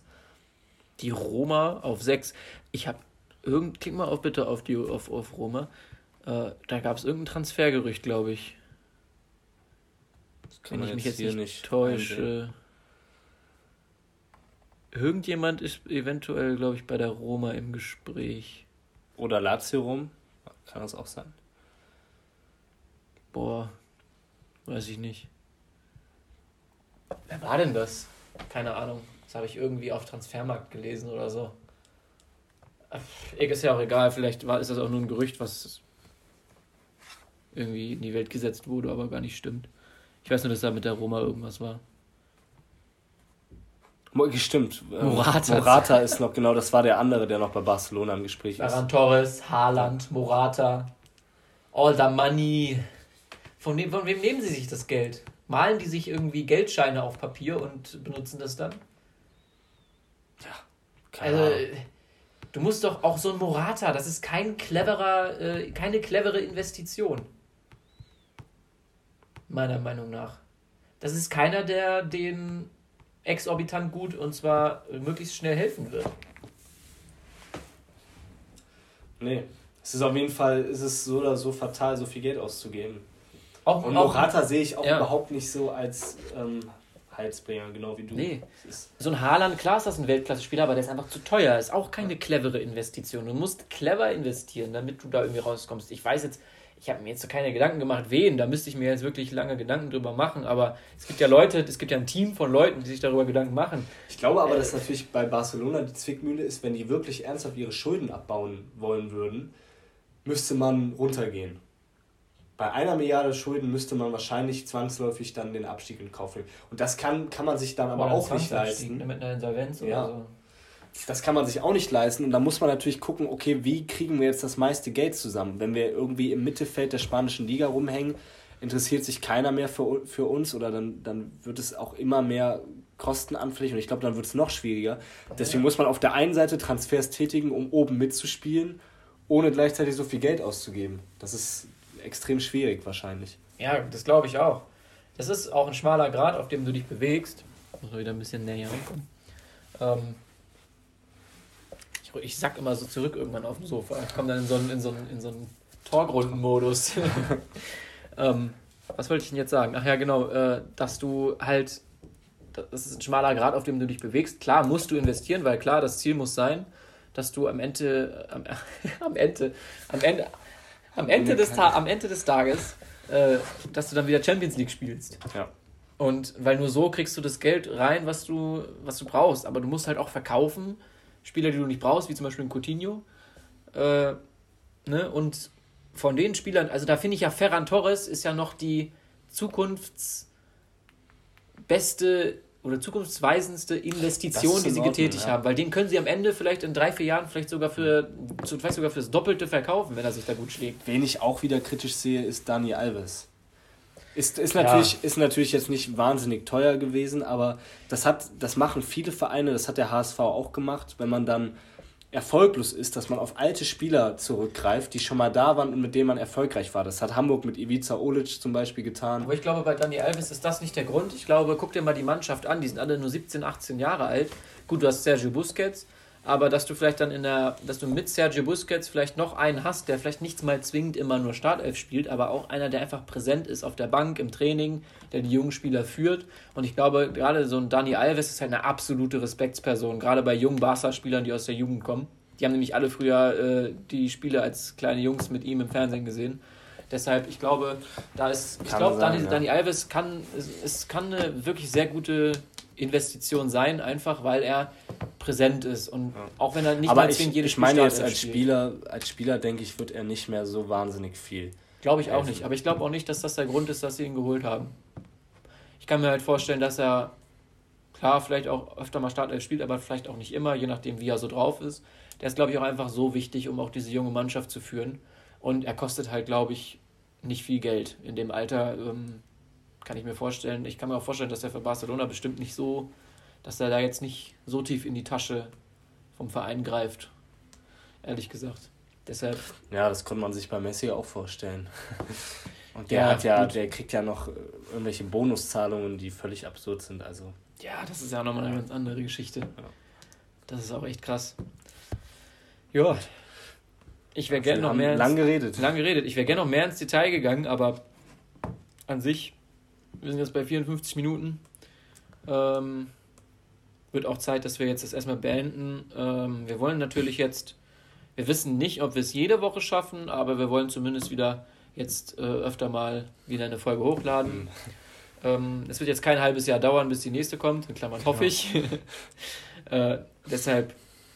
Die Roma auf sechs. Ich habe irgend klick mal auf bitte auf die auf, auf Roma. Äh, da gab es irgendein Transfergerücht, glaube ich. Wenn ich mich jetzt nicht, nicht täusche. Einsehen. Irgendjemand ist eventuell, glaube ich, bei der Roma im Gespräch.
Oder Lazio Rom. Kann das auch sein?
Boah, weiß ich nicht. Wer war denn das? Keine Ahnung. Das habe ich irgendwie auf Transfermarkt gelesen oder so. Ist ja auch egal, vielleicht war, ist das auch nur ein Gerücht, was irgendwie in die Welt gesetzt wurde, aber gar nicht stimmt. Ich weiß nur, dass da mit der Roma irgendwas war.
Stimmt.
Morata.
Morata ist noch, genau, das war der andere, der noch bei Barcelona im Gespräch ist.
Ferran Torres, Haaland, Morata, all the money. Von wem, von wem nehmen sie sich das Geld? Malen die sich irgendwie Geldscheine auf Papier und benutzen das dann?
Ja, keine
Also,
Ahnung.
du musst doch auch so ein Morata, das ist kein cleverer, äh, keine clevere Investition. Meiner Meinung nach. Das ist keiner, der den exorbitant gut und zwar möglichst schnell helfen wird.
Nee, es ist auf jeden Fall, es ist so oder so fatal, so viel Geld auszugeben.
Auch,
Und
auch,
Morata sehe ich auch
ja.
überhaupt nicht so als ähm, Heilsbringer, genau wie du.
Nee.
Es ist,
So ein Haaland, klar ist das ein Weltklasse-Spieler, aber der ist einfach zu teuer. Ist auch keine clevere Investition. Du musst clever investieren, damit du da irgendwie rauskommst. Ich weiß jetzt, ich habe mir jetzt keine Gedanken gemacht, wen, da müsste ich mir jetzt wirklich lange Gedanken drüber machen, aber es gibt ja Leute, es gibt ja ein Team von Leuten, die sich darüber Gedanken machen.
ich glaube aber, dass natürlich bei Barcelona die Zwickmühle ist, wenn die wirklich ernsthaft ihre Schulden abbauen wollen würden, müsste man runtergehen. Bei einer Milliarde Schulden müsste man wahrscheinlich zwangsläufig dann den Abstieg in Kauf nehmen. Und das kann, kann man sich dann aber
Oder
auch nicht
Zwangsabstieg,
leisten.
Mit einer Insolvenz
Ja.
oder so.
Das kann man sich auch nicht leisten und da muss man natürlich gucken, okay, wie kriegen wir jetzt das meiste Geld zusammen? Wenn wir irgendwie im Mittelfeld der spanischen Liga rumhängen, interessiert sich keiner mehr für, für uns oder dann, dann wird es auch immer mehr kostenanfällig und ich glaube, dann wird es noch schwieriger. Deswegen muss man auf der einen Seite Transfers tätigen, um oben mitzuspielen, ohne gleichzeitig so viel Geld auszugeben. Das ist extrem schwierig wahrscheinlich.
Ja, das glaube ich auch. Das ist auch ein schmaler Grat, auf dem du dich bewegst. Muss man wieder ein bisschen näher rankommen. Ähm, ich, ich sack immer so zurück irgendwann auf dem Sofa. Ich komme dann in so einen, in so einen, in so einen Talkrundenmodus. ähm, was wollte ich denn jetzt sagen? Ach ja, genau, äh, dass du halt, das ist ein schmaler Grat, auf dem du dich bewegst. Klar musst du investieren, weil klar, das Ziel muss sein, dass du am Ende, am, am Ende, am Ende, am Ende des, Ta- am Ende des Tages, äh, dass du dann wieder Champions League spielst.
Ja.
Und weil nur so kriegst du das Geld rein, was du, was du brauchst. Aber du musst halt auch verkaufen, Spieler, die du nicht brauchst, wie zum Beispiel ein Coutinho. Äh, ne? Und von den Spielern, also da finde ich ja, Ferran Torres ist ja noch die zukunftsbeste oder zukunftsweisendste Investition, die sie
Ordnung,
getätigt
ja.
haben. Weil den können sie am Ende vielleicht in drei, vier Jahren vielleicht sogar für, vielleicht sogar für das Doppelte verkaufen, wenn er sich da gut schlägt.
Wen ich auch wieder kritisch sehe, ist Dani Alves. Ist, ist, natürlich, ja. ist natürlich jetzt nicht wahnsinnig teuer gewesen, aber das, hat, das machen viele Vereine, das hat der H S V auch gemacht, wenn man dann erfolglos ist, dass man auf alte Spieler zurückgreift, die schon mal da waren und mit denen man erfolgreich war. Das hat Hamburg mit Ivica Olic zum Beispiel getan.
Aber ich glaube, bei Dani Alves ist das nicht der Grund. Ich glaube, guck dir mal die Mannschaft an, die sind alle nur siebzehn, achtzehn Jahre alt. Gut, du hast Sergio Busquets, aber dass du vielleicht dann in der, dass du mit Sergio Busquets vielleicht noch einen hast, der vielleicht nicht mal zwingend immer nur Startelf spielt, aber auch einer, der einfach präsent ist auf der Bank, im Training, der die jungen Spieler führt. Und ich glaube, gerade so ein Dani Alves ist halt eine absolute Respektsperson, gerade bei jungen Barca-Spielern, die aus der Jugend kommen. Die haben nämlich alle früher äh, die Spiele als kleine Jungs mit ihm im Fernsehen gesehen. Deshalb, ich glaube, da ist, ich glaube, Dani, ja. Dani Alves kann, es, es kann eine wirklich sehr gute Investition sein, einfach weil er präsent ist und ja. auch wenn er nicht
aber
mal
ich,
zwingend jedes
ich meine jetzt
spielt.
als Spieler, als Spieler denke ich, wird er nicht mehr so wahnsinnig viel.
Glaube ich auch nicht, aber ich glaube auch nicht, dass das der Grund ist, dass sie ihn geholt haben. Ich kann mir halt vorstellen, dass er klar vielleicht auch öfter mal Startelf spielt, aber vielleicht auch nicht immer, je nachdem wie er so drauf ist. Der ist, glaube ich, auch einfach so wichtig, um auch diese junge Mannschaft zu führen und er kostet halt, glaube ich, nicht viel Geld. In dem Alter ähm, kann ich mir vorstellen, ich kann mir auch vorstellen, dass er für Barcelona bestimmt nicht so, dass er da jetzt nicht so tief in die Tasche vom Verein greift, ehrlich gesagt. Deshalb.
Ja, das konnte man sich bei Messi auch vorstellen. Und der
Ja,
hat ja,
gut.
der kriegt ja noch irgendwelche Bonuszahlungen, die völlig absurd sind. Also.
Ja, das ist ja nochmal eine ganz andere Geschichte.
Ja.
Das ist auch echt krass. Ja. Ich wäre gerne noch
haben
mehr. Ins,
lang geredet.
Lang geredet. Ich wäre gerne noch mehr ins Detail gegangen, aber an sich, wir sind jetzt bei vierundfünfzig Minuten. Ähm, wird auch Zeit, dass wir jetzt das erstmal beenden. Ähm, wir wollen natürlich jetzt, wir wissen nicht, ob wir es jede Woche schaffen, aber wir wollen zumindest wieder jetzt äh, öfter mal wieder eine Folge hochladen. Mhm. Ähm, es wird jetzt kein halbes Jahr dauern, bis die nächste kommt, in Klammern hoffe ja. ich. äh, deshalb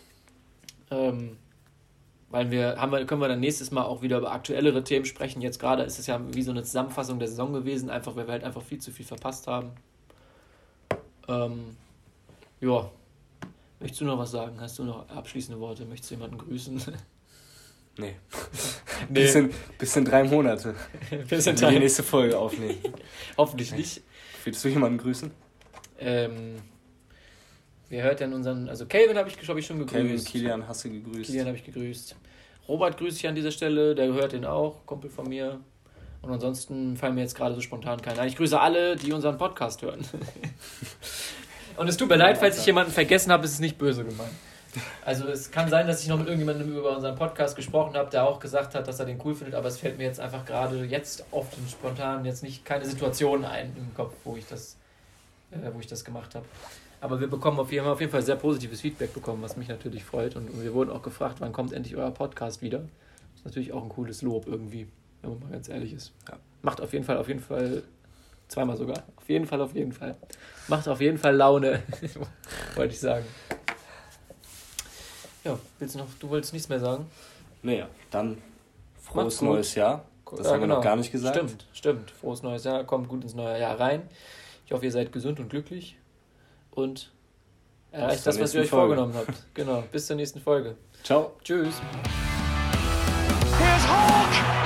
ähm, weil wir, haben wir, können wir dann nächstes Mal auch wieder über aktuellere Themen sprechen. Jetzt gerade ist es ja wie so eine Zusammenfassung der Saison gewesen, einfach weil wir halt einfach viel zu viel verpasst haben. Ähm, Ja. Möchtest du noch was sagen? Hast du noch abschließende Worte? Möchtest du jemanden grüßen?
Nee.
Nee.
Bis, in, bis in drei Monate.
Bis in
Wenn wir die
drei.
nächste Folge aufnehmen.
Hoffentlich nicht.
Willst du jemanden grüßen?
Ähm, wer hört denn unseren... Also Calvin habe ich, glaub ich, schon gegrüßt.
Kevin, Kilian, hast du gegrüßt?
Kilian habe ich gegrüßt. Robert grüße ich an dieser Stelle, der gehört den auch, Kumpel von mir. Und ansonsten fallen mir jetzt gerade so spontan keiner ein. Ich grüße alle, die unseren Podcast hören. Und es tut mir leid, falls ich jemanden vergessen habe, ist es nicht böse gemeint. Also es kann sein, dass ich noch mit irgendjemandem über unseren Podcast gesprochen habe, der auch gesagt hat, dass er den cool findet, aber es fällt mir jetzt einfach gerade jetzt auf den spontan jetzt nicht keine Situation ein im Kopf, wo ich das, äh, wo ich das gemacht habe. Aber wir bekommen auf jeden Fall, auf jeden Fall sehr positives Feedback bekommen, was mich natürlich freut. Und wir wurden auch gefragt, wann kommt endlich euer Podcast wieder. Das ist natürlich auch ein cooles Lob irgendwie, wenn man mal ganz ehrlich ist.
Ja.
Macht auf jeden Fall, auf jeden Fall, zweimal sogar. Auf jeden Fall, auf jeden Fall. Macht auf jeden Fall Laune, wollte ich sagen. Ja, willst du noch, du wolltest nichts mehr sagen?
Naja, dann frohes
Macht's gut.
neues Jahr. Das
Ja,
haben wir
genau.
noch gar nicht gesagt.
Stimmt, stimmt. Frohes neues Jahr, kommt gut ins neue Jahr rein. Ich hoffe, ihr seid gesund und glücklich und erreicht
zur
das, was ihr
nächsten
euch
Folge.
vorgenommen habt. Genau, bis zur nächsten Folge.
Ciao.
Tschüss.
Here's Hulk!